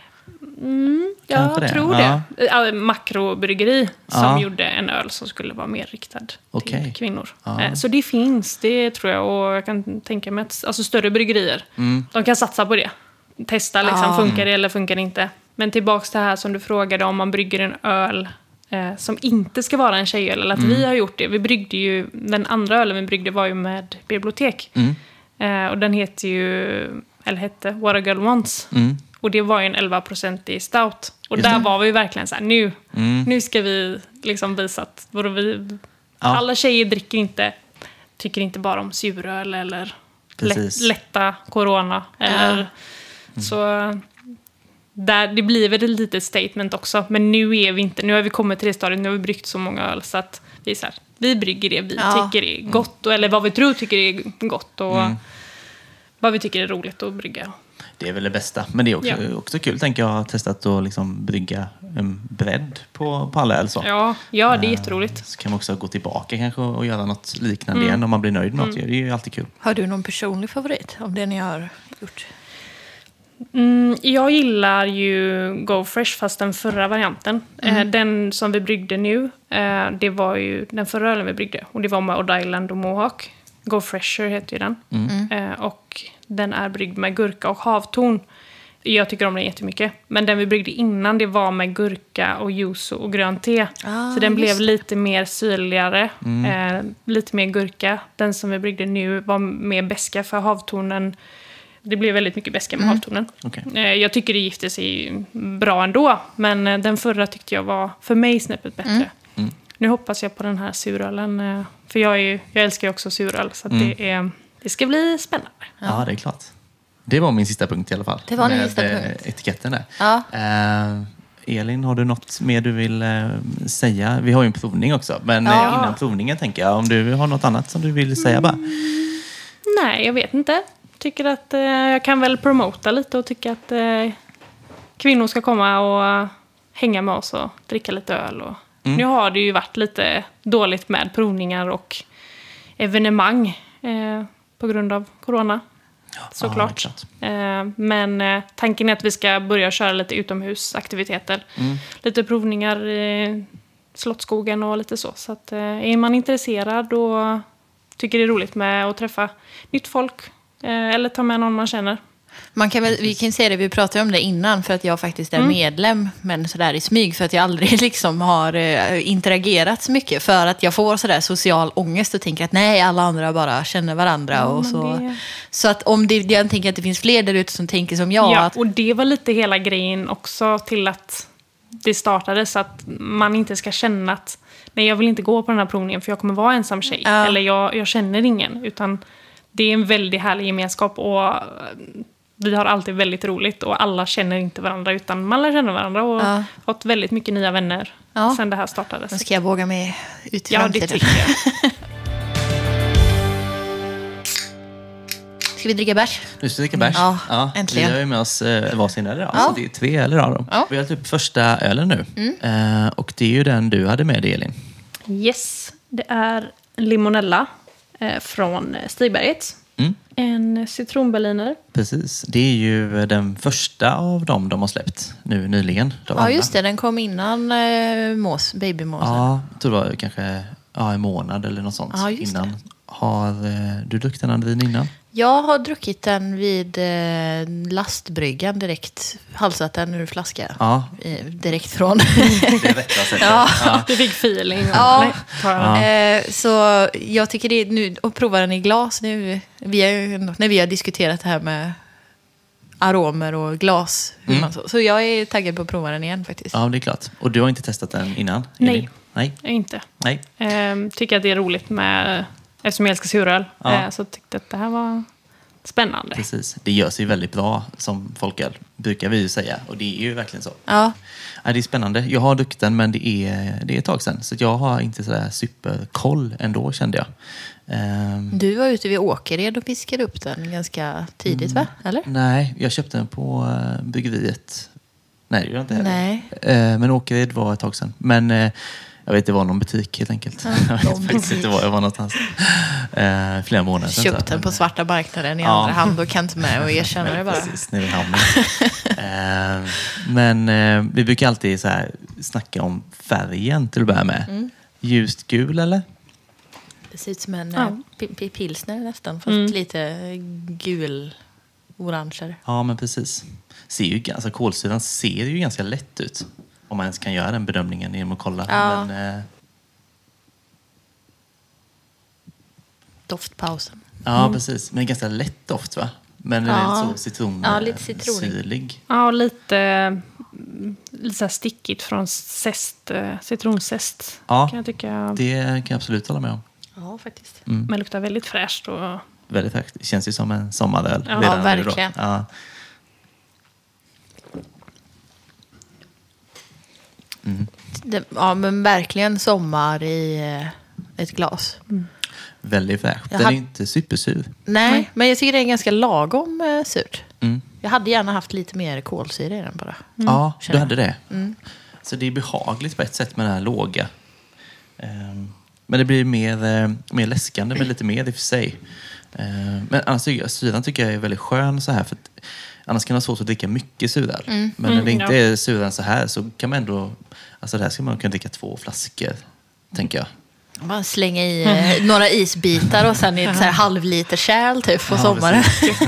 Mm, jag det. tror ja. det. Ja, makrobryggeri som ja. gjorde en öl som skulle vara mer riktad okay. till kvinnor. Ja. Så det finns, det tror jag. Och jag kan tänka mig att alltså större bryggerier, mm. de kan satsa på det. Testa, liksom, ja. funkar det eller funkar det inte. Men tillbaks till det här som du frågade om man brygger en öl eh, som inte ska vara en tjejöl. Eller att mm. vi har gjort det. Vi bryggde ju, den andra ölen vi bryggde var ju med bibliotek. Mm. Eh, och den heter ju, eller hette What a Girl Wants. Mm. Och det var ju en elva procent i stout. Och där var vi verkligen så här, nu, mm. nu ska vi liksom visa att vi, ja. alla tjejer dricker inte, tycker inte bara om suröl eller lätt, lätta corona. Eller, mm. Så där, det blir väl ett litet statement också. Men nu är vi inte, nu har vi kommit till det stadiet, nu har vi bryggt så många öl så att vi är så här, vi brygger det vi ja. tycker är gott. Mm. Eller vad vi tror tycker är gott. Och mm. vad vi tycker är roligt att brygga. Det är väl det bästa. Men det är också, ja. också kul, tänker jag, att testat att liksom brygga en bredd på, på alla öl. Så. Ja, ja, det är jätteroligt. Så kan man också gå tillbaka kanske och göra något liknande mm. igen om man blir nöjd med något. Mm. Det är ju alltid kul. Har du någon personlig favorit av det ni har gjort? Mm, jag gillar ju Go Fresh, fast den förra varianten. Mm. Eh, den som vi bryggde nu, eh, det var ju den förra ölen vi bryggde. Och det var med Odd Island och Mohawk. Go Fresher heter ju den. Mm. Eh, och den är bryggd med gurka och havtorn. Jag tycker om den jättemycket. Men den vi bryggde innan, det var med gurka och yuzu och grönt te. Ah, så den blev lite mer syrligare. Mm. Eh, lite mer gurka. Den som vi bryggde nu var mer beska, för havtornen. Det blev väldigt mycket beska med mm. havtornen. Okay. Eh, jag tycker det gifte sig bra ändå. Men eh, den förra tyckte jag var för mig snäppet bättre. Mm. Mm. Nu hoppas jag på den här surölen. Eh, för jag, är, jag älskar ju också suröl. Så att mm. det, är, det ska bli spännande. Ja. ja, det är klart. Det var min sista punkt i alla fall. Det var min med sista punkt. Etiketten där. Ja. Uh, Elin, har du något mer du vill uh, säga? Vi har ju en provning också. Men ja. innan provningen tänker jag, om du har något annat som du vill säga bara. Mm. Nej, jag vet inte. Tycker att uh, jag kan väl promota lite och tycka att uh, kvinnor ska komma och uh, hänga med oss och dricka lite öl. Och... Mm. Nu har det ju varit lite dåligt med provningar och evenemang uh, på grund av corona. Ja, såklart. Ja, eh, men eh, tanken är att vi ska börja köra lite utomhusaktiviteter. Mm. Lite provningar i Slottsskogen och lite så. Så att, eh, är man intresserad och tycker det är roligt med att träffa nytt folk eh, eller ta med någon man känner. Man kan väl, vi kan se det, vi pratade om det innan för att jag faktiskt är mm. medlem, men sådär i smyg för att jag aldrig liksom har eh, interagerat så mycket, för att jag får sådär social ångest och tänker att nej, alla andra bara känner varandra. Ja, och så. Det... så att om det, jag tänker att det finns fler där ute som tänker som jag. Ja, att... och det var lite hela grejen också till att det startade, så att man inte ska känna att nej, jag vill inte gå på den här provningen för jag kommer vara ensam tjej. Ja. Eller jag, jag känner ingen, utan det är en väldigt härlig gemenskap och vi har alltid väldigt roligt och alla känner inte varandra utan man lär känna varandra och ja. fått väldigt mycket nya vänner ja. sen det här startades. Men ska jag våga mig ut i ja, framtiden? Ja, det tycker jag. Ska vi dricka bärs? Nu ska vi dricka bärs. Ja, ja, äntligen. Vi har ju med oss eh, varsin öl idag, ja. så det är tre öl av dem. Ja. Vi har typ första ölen nu. Mm. Eh, och det är ju den du hade med dig, Elin. Yes, det är limonella eh, från Stigberget. Mm. En citronberliner. Precis, det är ju den första av dem de har släppt nu nyligen. Ja, alla. Just det. Den kom innan eh, mås, babymåsen. Ja, jag tror det var kanske ja, en månad eller något sånt ja, innan. Det. Har eh, du druckit den andra vin innan? Jag har druckit den vid eh, lastbryggan direkt. Halsat den ur flaska. Ja. Eh, direkt från. Det är rätta sättet. Ja. Ja. Du fick feeling. Ja. Ja. Eh, så jag tycker det är nu att prova den i glas nu. Vi är, när vi har diskuterat det här med aromer och glas. Mm. Man så. så jag är taggad på att prova den igen faktiskt. Ja, det är klart. Och du har inte testat den innan? Nej. Nej. Inte. Nej. Eh, tycker att det är roligt med... Eftersom jag älskar suröl ja. så tyckte jag att det här var spännande. Precis. Det görs ju väldigt bra som folköl, brukar vi ju säga. Och det är ju verkligen så. Ja. Ja, det är spännande. Jag har druckit den, men det är, det är ett tag sedan. Så jag har inte sådär superkoll ändå, kände jag. Um, du var ute vid Åkered och piskade upp den ganska tidigt, mm, va? Eller? Nej, jag köpte den på uh, bryggeriet. Nej, det gjorde jag inte heller. Nej. Uh, men Åkered var ett tag sedan. Men... Uh, Jag vet, det var någon butik helt enkelt. Ja, jag vet faktiskt inte var jag var någonstans. Eh, flera månader sedan. Köpt den på svarta marknaden i ja. andra hand och kan inte med och erkänna det bara. Precis, nere i hamnen. eh, men eh, vi brukar alltid så här snacka om färgen till att börja med. Mm. Ljust gul, eller? Det ser ut som en ja. p- pilsner nästan, fast mm. lite gul, orange. Ja, men precis. Ser ju, alltså, kolsyran ser ju ganska lätt ut. Om man ens kan göra den bedömningen genom att kolla. Ja. Men, eh... Doftpausen. Ja, mm. precis. Men ganska lätt doft, va? Men den ja. är så citron, ja, lite citronig. Syrlig. Ja, och lite, lite så här stickigt från zest, citronzest. Ja, kan jag tycka. Det kan jag absolut hålla med om. Ja, faktiskt. Mm. Men luktar väldigt fräscht. Och... Väldigt fräscht. Det känns ju som en sommaröl. Ja, ja verkligen. Ja. Mm. Det, ja, men verkligen sommar i ett glas. Mm. Väldigt fräscht. Den hade... är inte supersur. Nej, Nej, men jag tycker det är ganska lagom eh, surt. Mm. Jag hade gärna haft lite mer kolsyra i den bara. Mm. Ja, du hade det. Mm. Så det är behagligt på ett sätt med den här låga. Um, men det blir mer, uh, mer läskande med lite mer i och för sig. Uh, men annars syran tycker jag är väldigt skön så här. För att, annars kan det vara svårt att dricka mycket suröl. Mm. Men när det inte är suröl så här så kan man ändå... Alltså där ska man kunna dricka två flaskor, tänker jag. Man slänger i eh, några isbitar och sen i ett så här halvliter kärl typ på ja, sommaren.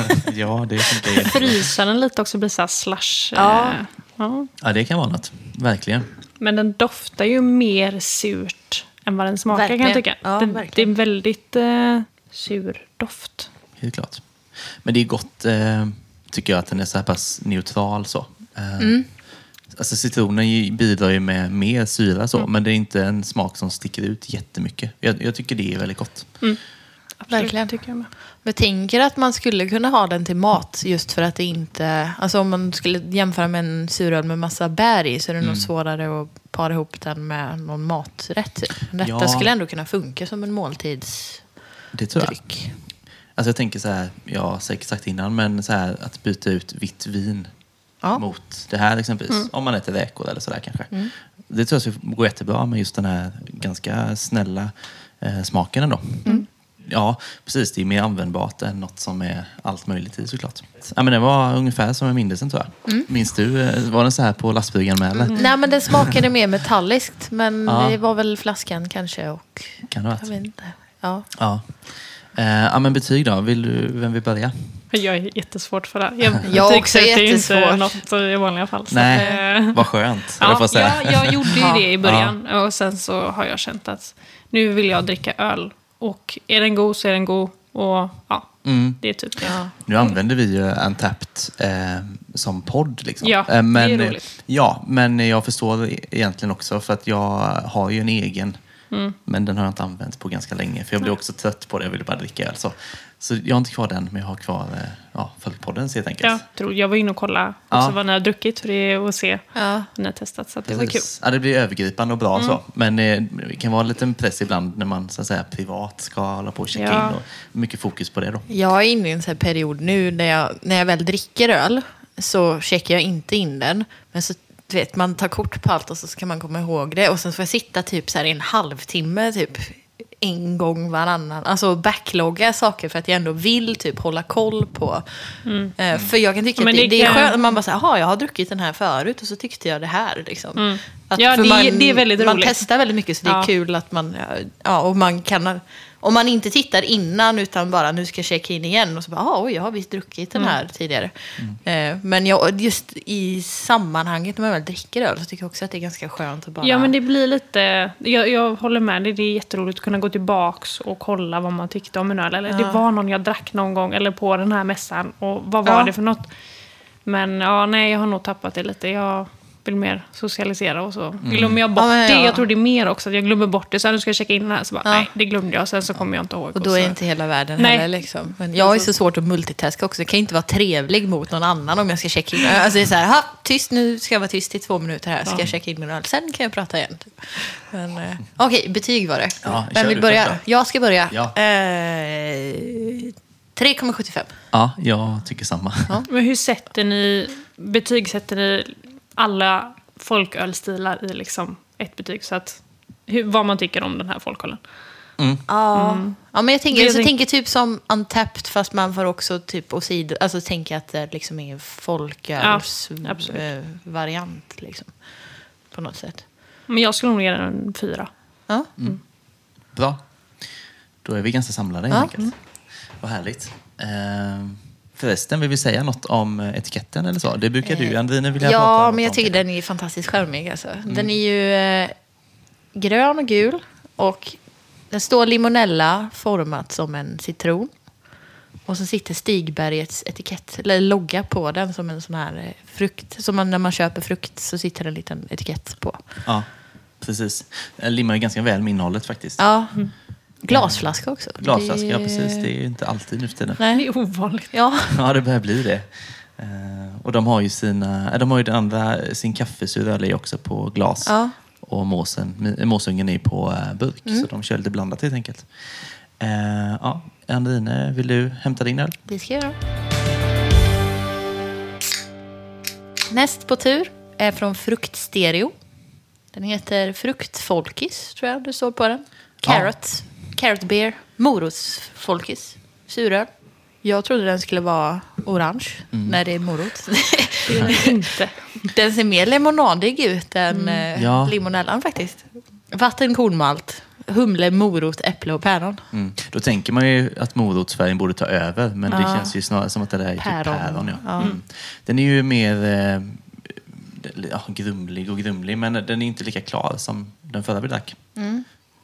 Ja, det funkar jättebra. Frysa den lite också, blir så här slush. Ja. Eh, ja. Ja, det kan vara något. Verkligen. Men den doftar ju mer surt än vad den smakar, verkligen. Kan jag tycka. Ja, den, det är en väldigt eh, sur doft. Helt klart. Men det är gott, eh, tycker jag, att den är så här pass neutral så. Eh, mm. Alltså citronen bidrar ju med mer syra så, mm. men det är inte en smak som sticker ut jättemycket. Jag, jag tycker det är väldigt gott. Mm. Absolut, verkligen. Tycker jag med. Jag tänker att man skulle kunna ha den till mat just för att det inte... Alltså om man skulle jämföra med en suröl med massa bär i så är det mm. nog svårare att para ihop den med någon maträtt. Detta ja. skulle ändå kunna funka som en måltidsdryck. Det tror jag. Alltså jag tänker så här, jag har säkert sagt innan, men så här att byta ut vitt vin ja. mot det här exempelvis. Mm. Om man äter räkor eller sådär kanske. Mm. Det tror jag skulle gå jättebra med just den här ganska snälla eh, smaken ändå. Mm. Ja, precis. Det är mer användbart än något som är allt möjligt i såklart. Ja, men det var ungefär som jag minns den, tror jag. Mm. Minns du, var den så här på lastbryggan med eller? Mm. Nej, men den smakade mer metalliskt. Men ja. det var väl flaskan kanske och... Kan det vara? Jag vet inte. Ja. Ja. Eh, ja, men betyg då? Vill du, vem vill börja? Jag är jättesvårt för det. Jag, jag också är jättesvårt. Inte något i vanliga fall. Så Nej, att, vad skönt. Ja, jag, säga. Jag, jag gjorde ju det i början. Ja. Och sen så har jag känt att nu vill jag dricka öl. Och är den god så är den god. Och ja, mm. det är typ det. Ja. Nu använder vi ju Untapped eh, som podd. Liksom. Ja, eh, men, det är roligt. Ja, men jag förstår egentligen också för att jag har ju en egen. Mm. Men den har jag inte använt på ganska länge. För jag blir också trött på det. Jag vill bara dricka öl. Så. Så jag har inte kvar den, men jag har kvar ja, Fölkpodden helt enkelt. Ja, tror jag var inne och kollade också ja. vad ni har druckit för det och se ja. när jag testat. Så att det Precis. var kul. Ja, det blir övergripande och bra mm. så. Men eh, det kan vara en liten press ibland när man så att säga, privat ska hålla på och checka ja. in. Och mycket fokus på det då. Jag är inne i en sån här period nu när jag, när jag väl dricker öl så checkar jag inte in den. Men så du vet, man tar kort på allt och så ska man komma ihåg det. Och sen får jag sitta typ så här i en halvtimme typ en gång varannan. Alltså backlogga saker för att jag ändå vill typ hålla koll på. Mm. Uh, för jag kan tycka Men att det, det är skönt. Man bara säger, jaha, jag har druckit den här förut och så tyckte jag det här. Liksom. Mm. Att, ja, det, man, det är väldigt man roligt. Man testar väldigt mycket så det är ja. kul att man, ja, och man kan... Om man inte tittar innan utan bara nu ska jag checka in igen och så bara, oj, jag har visst druckit den här mm. tidigare. Mm. Eh, men jag, just i sammanhanget när man väl dricker öl så tycker jag också att det är ganska skönt att bara... Ja, men det blir lite... Jag, jag håller med dig, det är jätteroligt att kunna gå tillbaks och kolla vad man tyckte om en öl. Eller ja. det var någon jag drack någon gång eller på den här mässan och vad var ja. det för något? Men ja, nej, jag har nog tappat det lite. Jag... vill mer socialisera och så mm. glömmer jag bort ja, ja. det. Jag tror det är mer också att jag glömmer bort det. Så nu ska jag checka in här så bara, ja. nej, det glömde jag. Sen så kommer jag inte ihåg. Och då är inte hela världen nej. heller liksom. Men jag är så svårt att multitaska också. Jag kan inte vara trevlig mot någon annan om jag ska checka in. Alltså det är så här, ha, tyst nu ska jag vara tyst i två minuter här. Ska ja. jag checka in min öl. Sen kan jag prata igen. Typ. Men eh, okej, okay, betyg var det. Ja, Vem vill börja? Första. Jag ska börja. Ja. Eh, tre komma sjuttiofem. Ja, jag tycker samma. Ja. Men hur sätter ni, betygsätter ni alla folkölstilar i liksom ett betyg så att hur, vad man tycker om den här folkölen. Mm. Ja. Mm. Ja, men jag tänker, jag tänker typ som Untapped fast man får också typ åsido, alltså tänka att det liksom är folköls ja, äh, variant liksom på något sätt. Men jag skulle nog ge den en fyra. Ja. Mm. Bra. Då är vi ganska samlade helt ja. enkelt. Mm. Vad härligt. Uh... Förresten, vill vi säga något om etiketten eller så? Det brukar du, Andrine, vilja ja, prata om. Ja, men jag tycker den är fantastiskt charmig. Alltså. Mm. Den är ju eh, grön och gul och den står limonella format som en citron. Och så sitter Stigbergets etikett, eller logga på den som en sån här frukt. Som man, när man köper frukt så sitter en liten etikett på. Ja, precis. Den limmar ju ganska väl med innehållet faktiskt. Ja, mm. Glasflaska också. Glasflaska, det... ja precis. Det är ju inte alltid nu för tiden. Nej, det är ovanligt. Ja, ja det börjar bli det. Uh, och de har ju sina, de har ju den andra, sin kaffesuröl är också på glas. Ja. Och måsen, måsungen är på uh, burk. Mm. Så de kör lite blandat helt enkelt. Uh, ja, Andrine, vill du hämta din öl? Det ska jag göra. Näst på tur är från Fruktstereo. Den heter Fruktfolkis, tror jag det står på den. Carrot. Ja. Carrot beer. Morotsfolkis. Suröl. Jag trodde den skulle vara orange mm. när det är morot. Det är den inte. Den ser mer lemonadig ut än mm. ja. limonellan faktiskt. Vatten, kornmalt, humle, morot, äpple och päron. Mm. Då tänker man ju att morotsfärgen borde ta över. Men ja. det känns ju snarare som att det där är päron. Typ päron ja. Ja. Mm. Den är ju mer eh, ja, grumlig och grumlig. Men den är inte lika klar som den förra vi drack. Mm.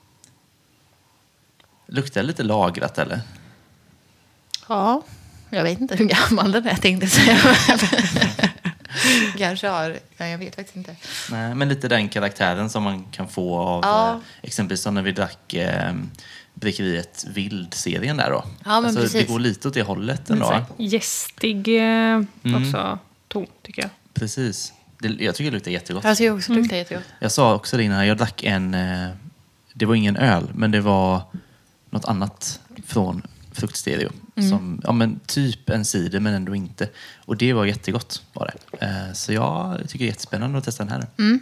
Luktar lite lagrat eller? Ja, jag vet inte hur gammal den är, tänkte säga. Kanske har, ja, jag vet faktiskt inte. Nej, men lite den karaktären som man kan få av ja. eh, exempelvis som när vi drack eh, Brickeriet Vild-serien där då. Ja, men alltså, precis. Det går lite åt det hållet ändå. Gästig eh, också mm. ton, tycker jag. Precis. Det, jag tycker det luktar jättegott. Jag tycker också det luktar mm. jättegott. Jag sa också det innan, jag drack en, eh, det var ingen öl, men det var något annat från Fruktstereo. Mm. Som, ja, men typ en cider men ändå inte. Och det var jättegott var det. Eh, så jag tycker det är jättespännande att testa den här. Mm.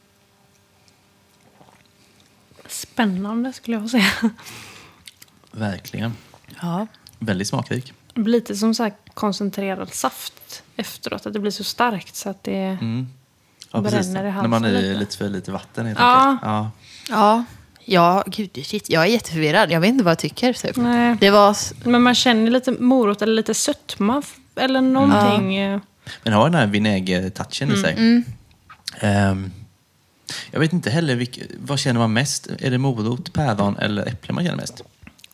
Spännande skulle jag säga. Verkligen. Ja. Väldigt smakrik. Lite som så här koncentrerad saft efteråt. Att det blir så starkt så att det mm. ja, bränner i halsen. När man är lite. lite för lite vatten helt ja. enkelt. Ja. Ja. Ja, gud, shit. Jag är jätteförvirrad. Jag vet inte vad jag tycker. Typ. Nej. Det var... Men man känner lite morot eller lite sötma eller någonting. Mm. Men har den här vinäger-touchen mm. i sig. Mm. Um, jag vet inte heller, vilka, vad känner man mest? Är det morot, päron eller äpple man känner mest?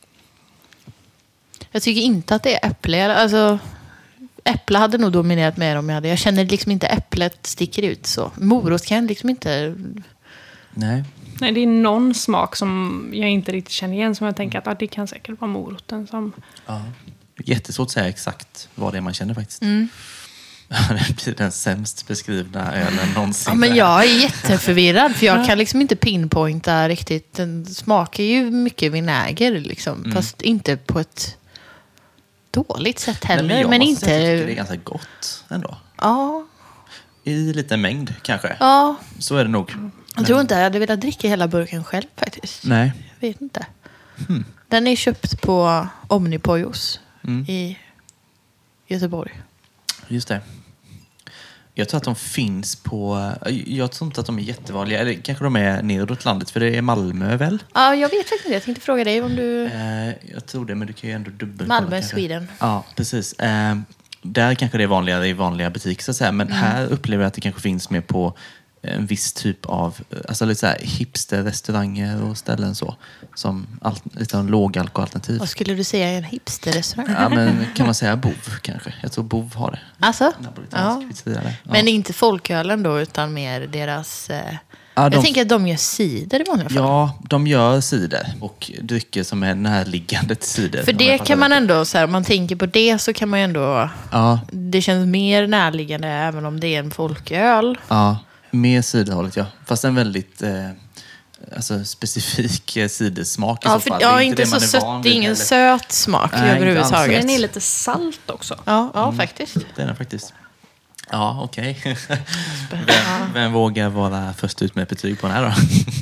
Jag tycker inte att det är äpple. Alltså, äpple hade nog dominerat mer om jag hade. Jag känner liksom inte äpplet sticker ut så. Morot kan jag liksom inte... Nej. Nej, det är någon smak som jag inte riktigt känner igen. Som jag tänker att ah, det kan säkert vara moroten som... Ja. Jättesvårt att säga exakt vad det är man känner faktiskt. Mm. Det blir den sämst beskrivna ölen någonsin. Ja, men jag är jätteförvirrad för jag kan liksom inte pinpointa riktigt. Den smakar ju mycket vinäger liksom. Mm. Fast inte på ett dåligt sätt heller. Nej, men jag men inte... säga, jag tycker det är ganska gott ändå. Ja. I liten mängd kanske. Ja. Så är det nog. Jag tror inte jag hade velat dricka hela burken själv faktiskt. Nej. Jag vet inte. Hmm. Den är köpt på Omnipojos mm. i Göteborg. Just det. Jag tror att de finns på... Jag tror inte att de är jättevanliga. Eller kanske de är neråt landet. För det är Malmö väl? Ja, jag vet faktiskt inte. Jag tänkte fråga dig om du... Eh, jag tror det, men du kan ju ändå dubbel. Malmö, kanske. Sweden. Ja, precis. Eh, där kanske det är vanligare i vanliga butiker. Så att säga. Men mm. här upplever jag att det kanske finns mer på en viss typ av... Alltså lite så här hipster-restauranger och ställen så. Som all, lite av lågalkoholalternativ. Vad skulle du säga är en hipster-restaurang? Ja, men kan man säga Bov kanske? Jag tror Bov har det. Alltså? Ja. Ja. Men inte folkölen då, utan mer deras... Eh... Ja, de... Jag tänker att de gör cider i vanliga fall. Ja, de gör cider och drycker som är närliggande till cider. För det kan man ändå, så här, om man tänker på det så kan man ju ändå... Ja. Det känns mer närliggande även om det är en folköl. Ja, mer ciderhållet, ja. Fast en väldigt eh, alltså, specifik eh, cidersmak i ja, så för, fall. Ja, det är inte, inte så sött. Det är ingen eller... söt smak Nej, överhuvudtaget. Den är lite salt också. Ja, ja mm, faktiskt. Det är den faktiskt. Ja, okej. Okay. vem, vem vågar vara först ut med ett betyg på den här då?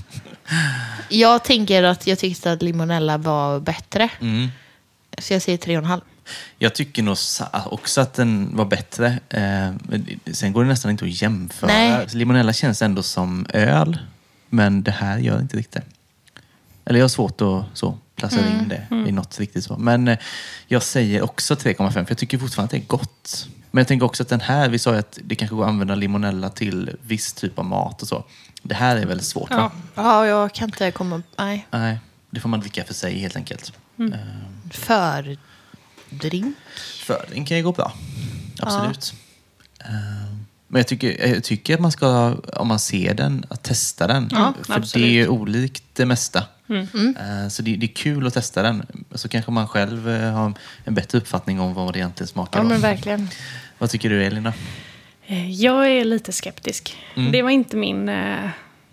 Jag tänker att jag tyckte att limonella var bättre. Mm. Så jag säger tre och en halv. Jag tycker nog också att den var bättre. Eh, sen går det nästan inte att jämföra. Nej. Limonella känns ändå som öl. Men det här gör inte riktigt. Eller jag har svårt att så, placera mm. in det mm. i något riktigt så. Men eh, jag säger också tre komma fem. För jag tycker fortfarande att det är gott. Men jag tänker också att den här, vi sa ju att det kanske går att använda limonella till viss typ av mat och så. Det här är väldigt svårt, ja. va? Ja, jag kan inte komma... Nej. Nej, det får man dricka för sig helt enkelt. Mm. Uh, för drink? För drink kan ju gå bra. Absolut. Ja. Uh, men jag tycker, jag tycker att man ska, om man ser den, att testa den. Ja, för absolut. det är olikt det mesta. Mm. Uh, så det, det är kul att testa den. Så kanske man själv uh, har en bättre uppfattning om vad det egentligen smakar. Ja, då. men verkligen. Vad tycker du, Elina? Jag är lite skeptisk. Mm. Det var inte min uh,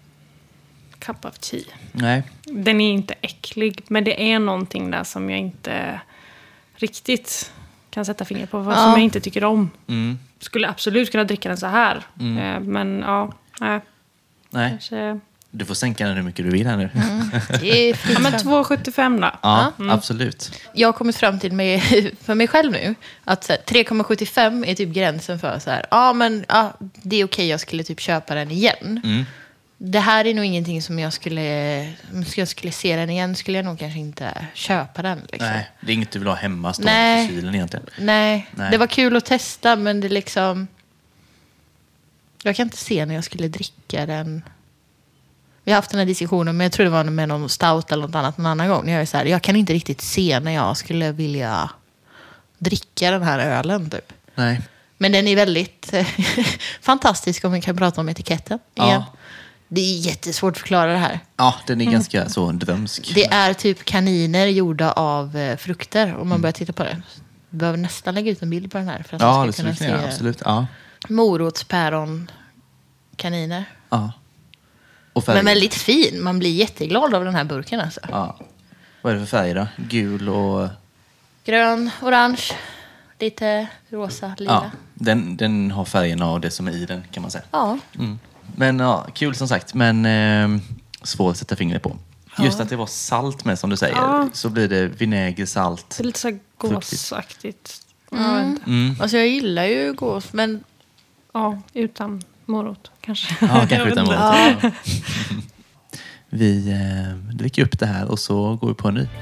cup of tea. Nej. Den är inte äcklig, men det är någonting där som jag inte riktigt kan sätta finger på. Vad ja. Som jag inte tycker om. Mm. Skulle absolut kunna dricka den så här. Mm. Uh, men ja, nej. Nej. Kanske... Du får sänka den hur mycket du vill här nu. Mm. Det är ja, men två sjuttiofem då. Ja, mm. absolut. Jag har kommit fram till mig, för mig själv nu att tre komma sjuttiofem är typ gränsen för så här. Ja, men ja, det är okej, jag skulle typ köpa den igen. Mm. Det här är nog ingenting som jag skulle, om jag skulle se den igen skulle jag nog kanske inte köpa den. Liksom. Nej, det är inget du vill ha hemma stående i kylen egentligen. Nej. Nej, det var kul att testa, men det liksom... Jag kan inte se när jag skulle dricka den. Vi har haft den här diskussionen, men jag tror det var med någon stout eller något annat någon annan gång. Jag är så här, jag kan inte riktigt se när jag skulle vilja dricka den här ölen typ. Nej. Men den är väldigt fantastisk om vi kan prata om etiketten igen. Ja. Det är jättesvårt att förklara det här. Ja, den är mm. ganska så drömsk. Det är typ kaniner gjorda av eh, frukter om man mm. börjar titta på det. Du behöver nästan lägga ut en bild på den här för att ja, man ska kunna se. Ja, absolut. Ja. Morotspäron kaniner. Ja. Men väldigt fin. Man blir jätteglad av den här burken alltså. Ja. Vad är det för färg då? Gul och... Grön, orange, lite rosa, lila. Ja, den, den har färgerna och det som är i den kan man säga. Ja. Mm. Men ja, kul som sagt. Men eh, svårt att sätta fingret på. Ja. Just att det var salt med som du säger. Ja. Så blir det vinäger, salt. Det är lite så här gåsaktigt. Mm. Mm. Alltså jag gillar ju gås, men... Ja, utan morot kanske. Ja, kanske utan morot. Ja. Vi eh, dricker upp det här och så går vi på en ny.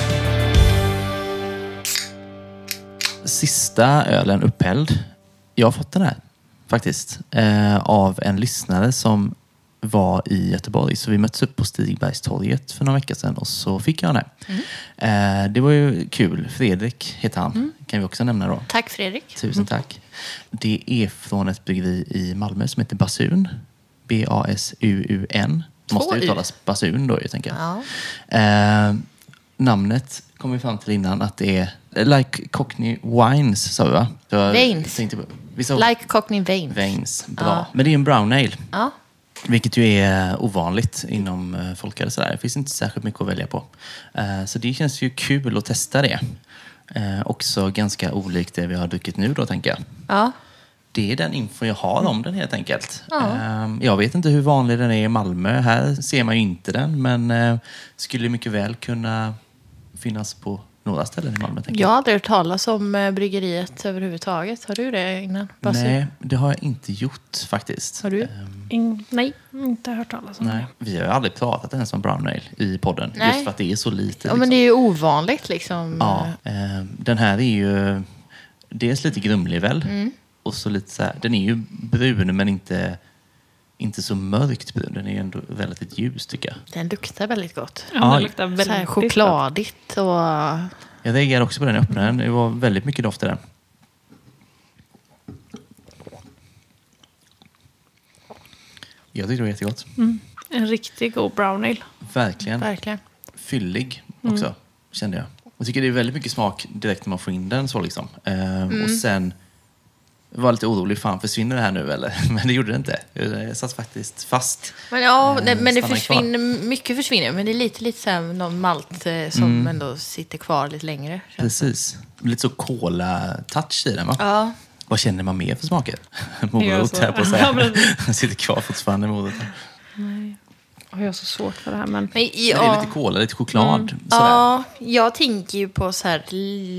Sista ölen upphälld. Jag har fått den här faktiskt. Eh, av en lyssnare som var i Göteborg. Så vi möttes upp på Stigbergstorget för några veckor sedan och så fick jag den här. Mm. Eh, det var ju kul. Fredrik heter han. Mm. Kan vi också nämna då. Tack Fredrik. Tusen mm. tack. Det är från ett bryggeri i Malmö som heter Basun. B A S U U N. Måste uttalas basun då, jag tänker. Ja. Eh, namnet kom vi fram till innan att det är Like Cockney Wines, sa vi va? Veins. På, sa, like Cockney Veins. Veins, bra. Ja. Men det är en brown ale. Ja. Vilket ju är ovanligt inom folköl. Det finns inte särskilt mycket att välja på. Eh, så det känns ju kul att testa det. Eh, också ganska olikt det vi har druckit nu då, tänker jag. Ja. Det är den info jag har om den helt enkelt. Ja. Eh, jag vet inte hur vanlig den är i Malmö. Här ser man ju inte den. Men eh, skulle mycket väl kunna finnas på några ställen i Malmö, tänker jag. Jag har aldrig hört talas om eh, bryggeriet överhuvudtaget. Har du det innan? Basu? Nej, det har jag inte gjort faktiskt. Har du? Um, In, nej, inte hört talas om nej. det. Vi har ju aldrig pratat ens om brown ale i podden. Nej. Just för att det är så lite. Ja, liksom. Men det är ju ovanligt liksom. Ja, eh, den här är ju dels lite grumlig väl. Mm. Och så lite så här, den är ju brun men inte... Inte så mörkt brun. Den är ändå relativt ljus, tycker jag. Den luktar väldigt gott. Ja, den luktar väldigt så här chokladigt. Och... Jag reagerar också på den öppnaren. Det var väldigt mycket doft i den. Jag tyckte det var jättegott. Mm. En riktigt god brown ale. Verkligen. Verkligen. Fyllig också, mm. kände jag. Jag tycker det är väldigt mycket smak direkt när man får in den. Så liksom. Ehm, mm. Och sen... Jag var lite orolig, fan försvinner det här nu eller? Men det gjorde det inte. Jag satt faktiskt fast. Men ja, eh, men det försvinner, kvar. Mycket försvinner. Men det är lite, lite så här, någon malt eh, som mm. ändå sitter kvar lite längre. Precis. Lite så cola-touch i den, va? Ja. Vad känner man mer för smaker? Morot här på sig. Den sitter kvar fortfarande, moroten. Nej. Jag har så svårt för det här. Men, men, ja. men det är lite cola, lite choklad. Mm. Ja, jag tänker ju på så här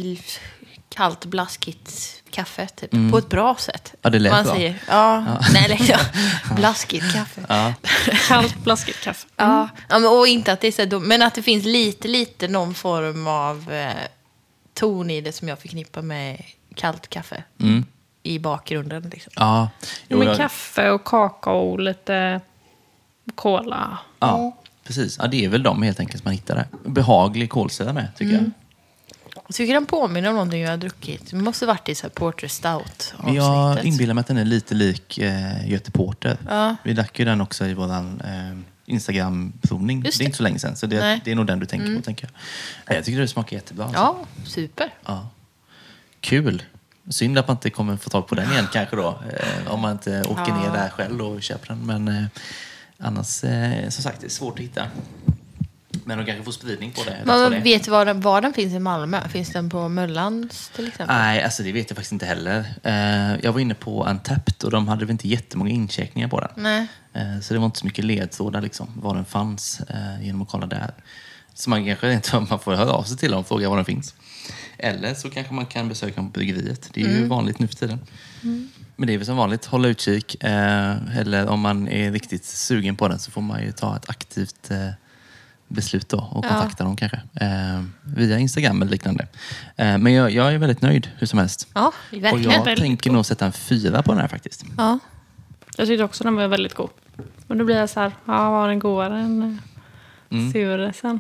kallt, blaskigt kaffe typ. Mm. På ett bra sätt. Ja, det lät man bra. Säger, ja, ja. Nej, liksom, blaskigt kaffe. Ja. Kallt, blaskigt kaffe. Mm. Ja, ja men, och inte att det är så dumt, men att det finns lite, lite någon form av eh, ton i det som jag förknippar med kallt kaffe. Mm. I bakgrunden. Liksom. Ja. Jo, men jag... kaffe och kakao, lite kola. Ja, mm. precis. Ja, det är väl de helt enkelt man hittar där. Behaglig kolsyra med, tycker mm. jag. Jag tycker den påminner om någonting jag har druckit. Det måste varit i så här Porter Stout avsnittet. Jag inbillar mig att den är lite lik eh, Göte Porter. Ja. Vi drack ju den också i våran eh, Instagram-provning. Det. det är inte så länge sedan. Så det, det är nog den du tänker mm. på, tänker jag. Jag tycker det smakar jättebra. Alltså. Ja, super. Ja. Kul. Synd att man inte kommer få tag på den igen kanske då. Eh, om man inte åker ja. ner där själv och köper den. Men eh, annars, eh, som sagt, det är svårt att hitta. Men de kanske får spridning på det. Men det. Vet du var den, var den finns i Malmö? Finns den på Möllans till exempel? Nej, alltså det vet jag faktiskt inte heller. Eh, jag var inne på Untapped och de hade väl inte jättemånga incheckningar på den. Nej. Eh, så det var inte så mycket ledtrådar liksom, var den fanns eh, genom att kolla där. Så man kanske inte man får höra av sig till dem och fråga var den finns. Eller så kanske man kan besöka dem på bryggeriet. Det är mm. ju vanligt nu för tiden. Mm. Men det är väl som vanligt, hålla utkik. Eh, eller om man är riktigt sugen på den så får man ju ta ett aktivt... Eh, beslut då och kontakta ja. dem kanske eh, via Instagram eller liknande. Eh, men jag, jag är väldigt nöjd hur som helst. Ja, verkligen. Och jag väldigt tänker god. nog sätta en fyra på den här faktiskt. Ja. Jag tyckte också den var väldigt god. Men då blir jag så här, ja, var den godare än mm. suresen?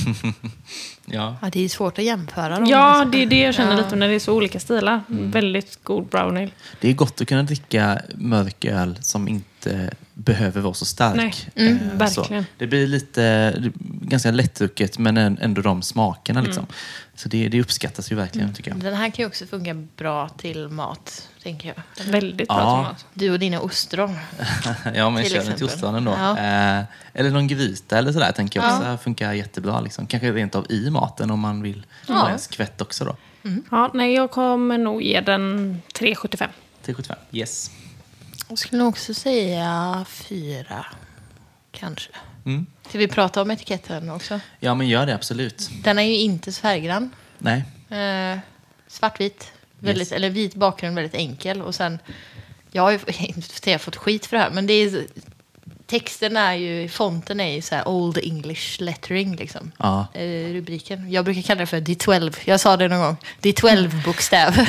ja. ja, det är svårt att jämföra dem. Ja, det är det jag känner ja. lite när det är så olika stilar. Mm. Väldigt god brown ale. Det är gott att kunna dricka mörk öl som inte behöver vara så stark. Nej, mm, eh, verkligen. Så det blir lite ganska lättdrucket men ändå de smakerna liksom. Mm. Så det, det uppskattas ju verkligen mm. tycker jag. Den här kan ju också funka bra till mat, tänker jag. Väldigt bra ja. till mat. Du och dina ostron. ja, men kör den till ostronen då. Ja. Eh, eller någon gryta eller sådär tänker jag också. Ja. Funkar jättebra liksom. Kanske rent av i maten om man vill ha ja. en skvätt också då. Mm. Ja, nej, jag kommer nog ge den tre sjuttiofem. tre sjuttiofem, yes. Jag skulle nog också säga fyra, kanske. Mm. Ska vi prata om etiketten också? Ja, men gör det absolut. Den är ju inte så färggrann. Nej. Eh, svartvit. Väldigt, yes. Eller vit bakgrund, väldigt enkel. Och sen, jag har ju inte fått skit för det här, men det är, texten är ju, fonten är ju så här old English lettering liksom. Ja. Eh, rubriken. Jag brukar kalla det för D tolv. Jag sa det någon gång. D tolv-bokstäver.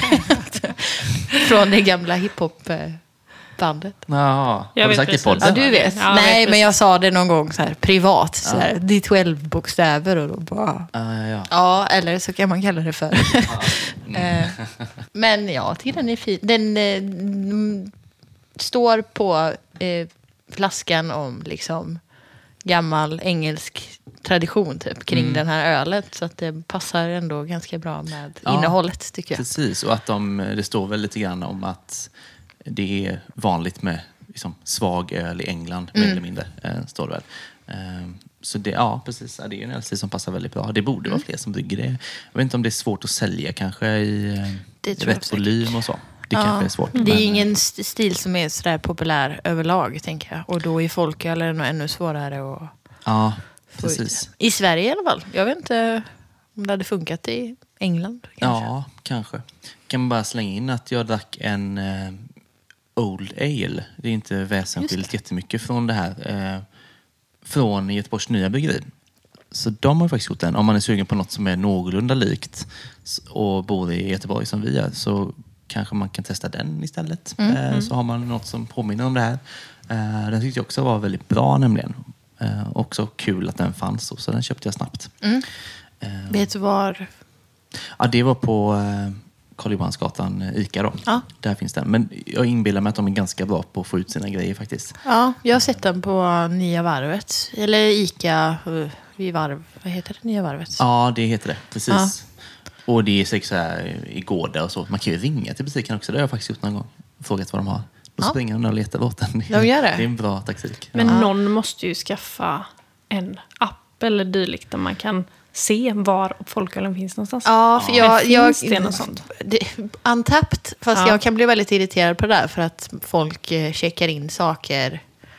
Från det gamla hiphop bandet. Jaha, har du sagt det i podden? Ja, du vet. Ja, Nej, vet men jag sa det någon gång så här privat. Så här, D tolv-bokstäver och då bara... Ja, ja, ja. ja, eller så kan man kalla det för. mm. Men ja, jag tycker den är fin. Den eh, står på eh, flaskan om liksom gammal engelsk tradition typ kring Mm. den här ölet. Så att det passar ändå ganska bra med Ja, innehållet tycker jag. Precis, och att de, det står väl lite grann om att det är vanligt med liksom, svag öl i England, mm. mer eller mindre, eh, står det väl. Eh, så det, ja, precis. Det är ju en ölstil som passar väldigt bra. Det borde mm. vara fler som brygger det. Jag vet inte om det är svårt att sälja kanske i eh, rätt volym och så. Det ja, kanske är svårt. Det är men... ingen stil som är sådär populär överlag, tänker jag. Och då är folköl är det nog ännu svårare att ja, få precis. ut. I Sverige i alla fall. Jag vet inte om det hade funkat i England. Kanske. Ja, kanske. Kan man bara slänga in att jag drack en eh, Old Ale. Det är inte väsensskilt jättemycket från det här. Eh, från Göteborgs nya bryggeri. Så de har faktiskt gjort den. Om man är sugen på något som är någorlunda likt och bor i Göteborg som vi är, så kanske man kan testa den istället. Mm, eh, mm. Så har man något som påminner om det här. Eh, den tyckte jag också var väldigt bra nämligen. Eh, också kul att den fanns, så den köpte jag snabbt. Mm. Eh, Vet du var? Ja, det var på eh, Karl Johansgatan, Ica då. Ja. Där finns den. Men jag inbillar mig att de är ganska bra på att få ut sina grejer faktiskt. Ja, jag har sett den på Nya Varvet. Eller Ica vid Varv. Vad heter det? Nya Varvet? Ja, det heter det. Precis. Ja. Och det är säkert så här i gårdar och så. Man kan ju ringa till butiken också. Det har jag faktiskt gjort någon gång. Frågat vad de har. Då ja. springer de och letar åt den. De gör det. Det är en bra taktik. Men ja. någon måste ju skaffa en app eller dylikt där man kan se var folkölen finns någonstans. Ja, för jag, finns jag, det något sånt? Det, Untapped, fast ja. jag kan bli väldigt irriterad på det där för att folk eh, checkar in saker.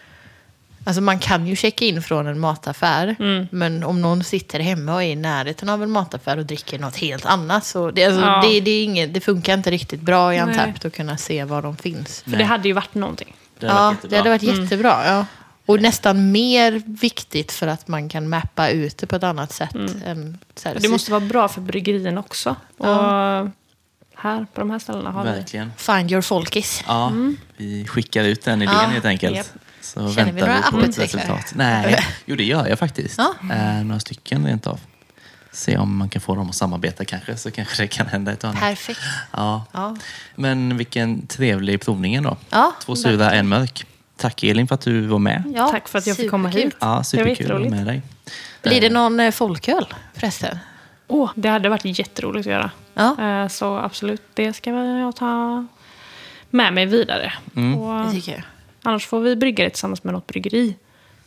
Alltså man kan ju checka in från en mataffär, mm. men om någon sitter hemma och är i närheten av en mataffär och dricker något helt annat, så det, alltså, ja. det, det, är inget, det funkar inte riktigt bra i Untapped att kunna se var de finns. För Nej. det hade ju varit någonting. Det hade ja, varit det hade varit mm. jättebra, ja. Och nästan mer viktigt för att man kan mappa ut det på ett annat sätt. Mm. Än, så här, det måste vara bra för bryggerien också. Och ja. här, på de här ställena har Verkligen. vi Find Your Folkis. Ja, mm. vi skickar ut den idén ja. helt enkelt. Yep. Så Känner väntar vi några vi på ett resultat. Nej, jo det gör jag faktiskt. Ja. Eh, några stycken rent av. Se om man kan få dem att samarbeta kanske, så kanske det kan hända ett annat. Perfekt. Ja. Ja. Men vilken trevlig provning då. Ja, Två sura, en mörk. Tack Elin för att du var med. Ja, tack för att jag fick komma hit. Ja, superkul att vara med dig. Blir det någon folköl förresten? Åh, oh, det hade varit jätteroligt att göra. Ja. Så absolut, det ska jag ta med mig vidare. Mm. Och det tycker jag. Annars får vi brygga det tillsammans med något bryggeri.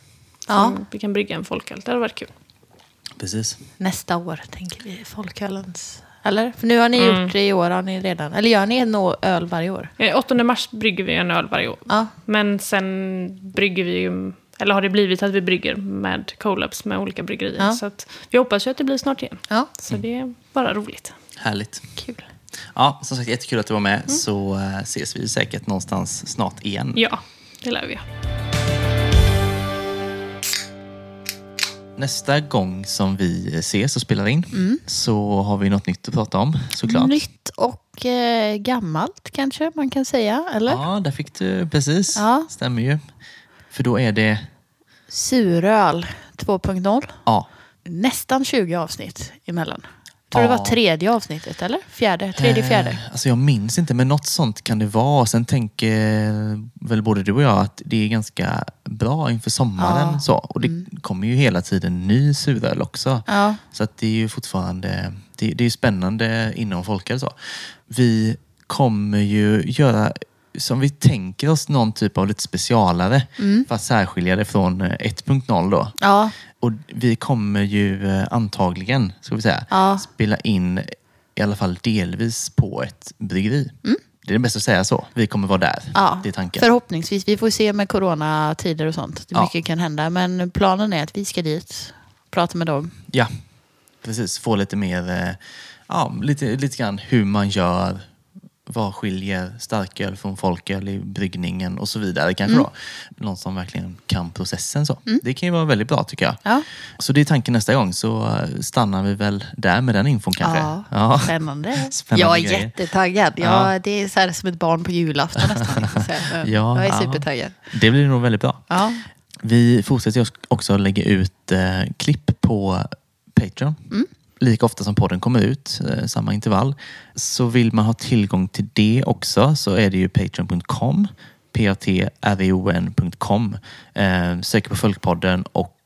Ja. Vi kan brygga en folköl, det hade varit kul. Precis. Nästa år tänker vi folkölens. Eller? För nu har ni mm. gjort det i år, har ni redan. Eller gör ni en öl varje år? åttonde mars brygger vi en öl varje år. Ja. Men sen brygger vi ju, eller har det blivit att vi brygger med collabs med olika bryggerier. Ja. Så att vi hoppas ju att det blir snart igen. Ja. Så mm. det är bara roligt. Härligt. Kul. Ja, som sagt jättekul att du var med. Mm. Så uh, ses vi säkert någonstans snart igen. Ja, det lär vi. Nästa gång som vi ses och spelar in mm. så har vi något nytt att prata om, såklart. Nytt och eh, gammalt kanske man kan säga, eller? Ja, där fick du precis. Ja. Stämmer ju. För då är det... Suröl två punkt noll. Ja. Nästan tjugo avsnitt emellan. Tror ja. det var tredje avsnittet, eller? Fjärde, tredje, fjärde. Eh, alltså jag minns inte, men något sånt kan det vara. Sen tänker väl både du och jag att det är ganska bra inför sommaren. Ja. Så. Och det mm. kommer ju hela tiden ny suröl också. Ja. Så att det är ju fortfarande, det, det är ju spännande inom folköl så. Vi kommer ju göra, som vi tänker oss, någon typ av lite specialare mm. för att särskilja det från ett punkt noll då. Ja. Och vi kommer ju antagligen, ska vi säga, ja. spela in i alla fall delvis på ett bryggeri. Mm. Det är det bästa att säga så. Vi kommer vara där. Ja, det är tanken. Förhoppningsvis. Vi får se med coronatider och sånt. Det ja. mycket kan hända. Men planen är att vi ska dit. Prata med dem. Ja, precis. Få lite mer, ja, lite, lite grann hur man gör. Vad skiljer starköl från folköl i bryggningen och så vidare kanske mm. då. Någon som verkligen kan processen så. Mm. Det kan ju vara väldigt bra tycker jag. Ja. Så det är tanken nästa gång, så stannar vi väl där med den infon kanske. Ja, ja. Spännande. Spännande. Jag är grejer. jättetaggad. Ja, ja. Det är så här som ett barn på julafton nästan. ja, jag är supertaggad. Det blir nog väldigt bra. Ja. Vi fortsätter också att lägga ut eh, klipp på Patreon. Mm. Lika ofta som podden kommer ut, eh, samma intervall. Så vill man ha tillgång till det också så är det ju patreon punkt com, p a t r e o n punkt com. Eh, söker på Folkpodden och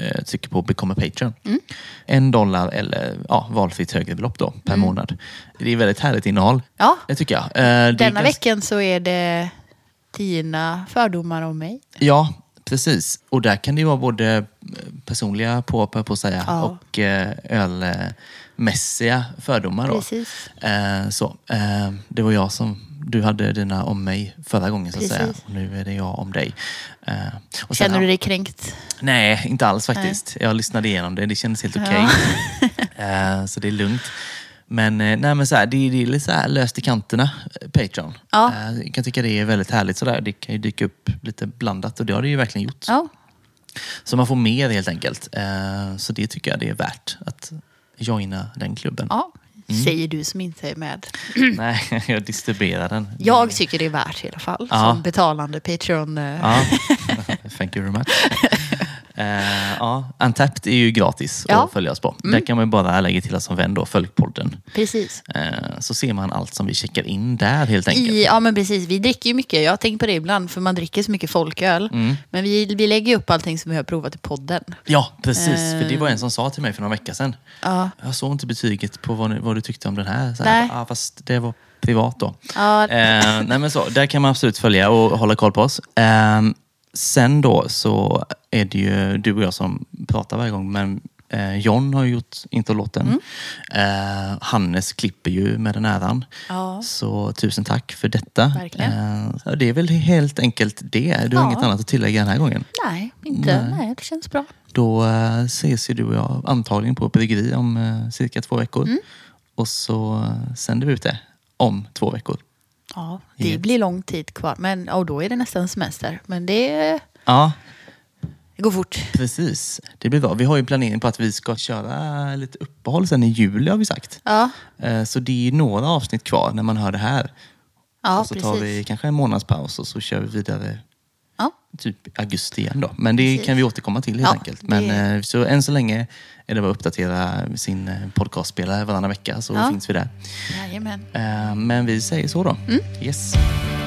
eh, trycker på Become a Patreon. Mm. En dollar eller ja, valfritt högre belopp då per Mm. månad. Det är väldigt härligt innehåll. Ja. Det tycker jag. Eh, det Denna ganska... veckan så är det dina fördomar om mig. Ja, precis. Och där kan det ju vara både personliga påhopp på att säga ja. och eh, ölmässiga fördomar då. Precis. Eh, så, eh, det var jag som, du hade dina om mig förra gången så att Precis. säga. Och nu är det jag om dig. Eh, och Känner sen, du dig kränkt? Nej, inte alls faktiskt. Nej. Jag lyssnade igenom det, det kändes helt okej. Okay. Ja. eh, så det är lugnt. Men, eh, nej, men så här, det, är, det är lite så här löst i kanterna, Patreon. Ja. Eh, jag kan tycka det är väldigt härligt sådär. Det kan ju dyka upp lite blandat och det har det ju verkligen gjort. Ja. Så man får mer helt enkelt. Eh, så det tycker jag det är värt att joina den klubben. Ja, mm. Säger du som inte är med. Nej, jag distribuerar den. Jag tycker det är värt i alla fall. Ja. Som betalande Patreon. Ja, thank you very much. Uh, ja, Untapped är ju gratis ja. att följa oss på. Mm. Där kan man ju bara lägga till oss som vän då, följ podden. Precis. Uh, så ser man allt som vi checkar in där helt enkelt. I, ja men precis, vi dricker ju mycket. Jag har tänkt på det ibland för man dricker så mycket folköl. Mm. Men vi, vi lägger upp allting som vi har provat i podden. Ja, precis. Uh. För det var en som sa till mig för några veckor sedan. Uh. Jag såg inte betyget på vad, vad du tyckte om den här. Så här ah, fast det var privat då. Uh. Uh, nej men så, där kan man absolut följa och hålla koll på oss. Uh, Sen då så är det ju du och jag som pratar varje gång. Men eh, John har ju gjort introlåten. Mm. Eh, Hannes klipper ju med den äran. Ja. Så tusen tack för detta. Eh, det är väl helt enkelt det. Du har ja. inget annat att tillägga den här gången? Nej, inte. Nej, Nej det känns bra. Då eh, ses ju du och jag antagligen på bryggeri om eh, cirka två veckor. Mm. Och så eh, sänder vi ut det om två veckor. Ja, det yes. blir lång tid kvar. Men och då är det nästan semester. Men det, ja. det går fort. Precis, det blir bra. Vi har ju planering på att vi ska köra lite uppehåll sen i juli har vi sagt. Ja. Så det är några avsnitt kvar när man hör det här. Ja, och så precis. tar vi kanske en månadspaus och så kör vi vidare ja. typ augusti igen då. Men det precis. Kan vi återkomma till helt ja, enkelt. Men det... så än så länge är det bara att uppdatera sin podcastspelare varannan vecka så ja. Finns vi där. Jajamän. Men vi säger så då. Mm. Yes.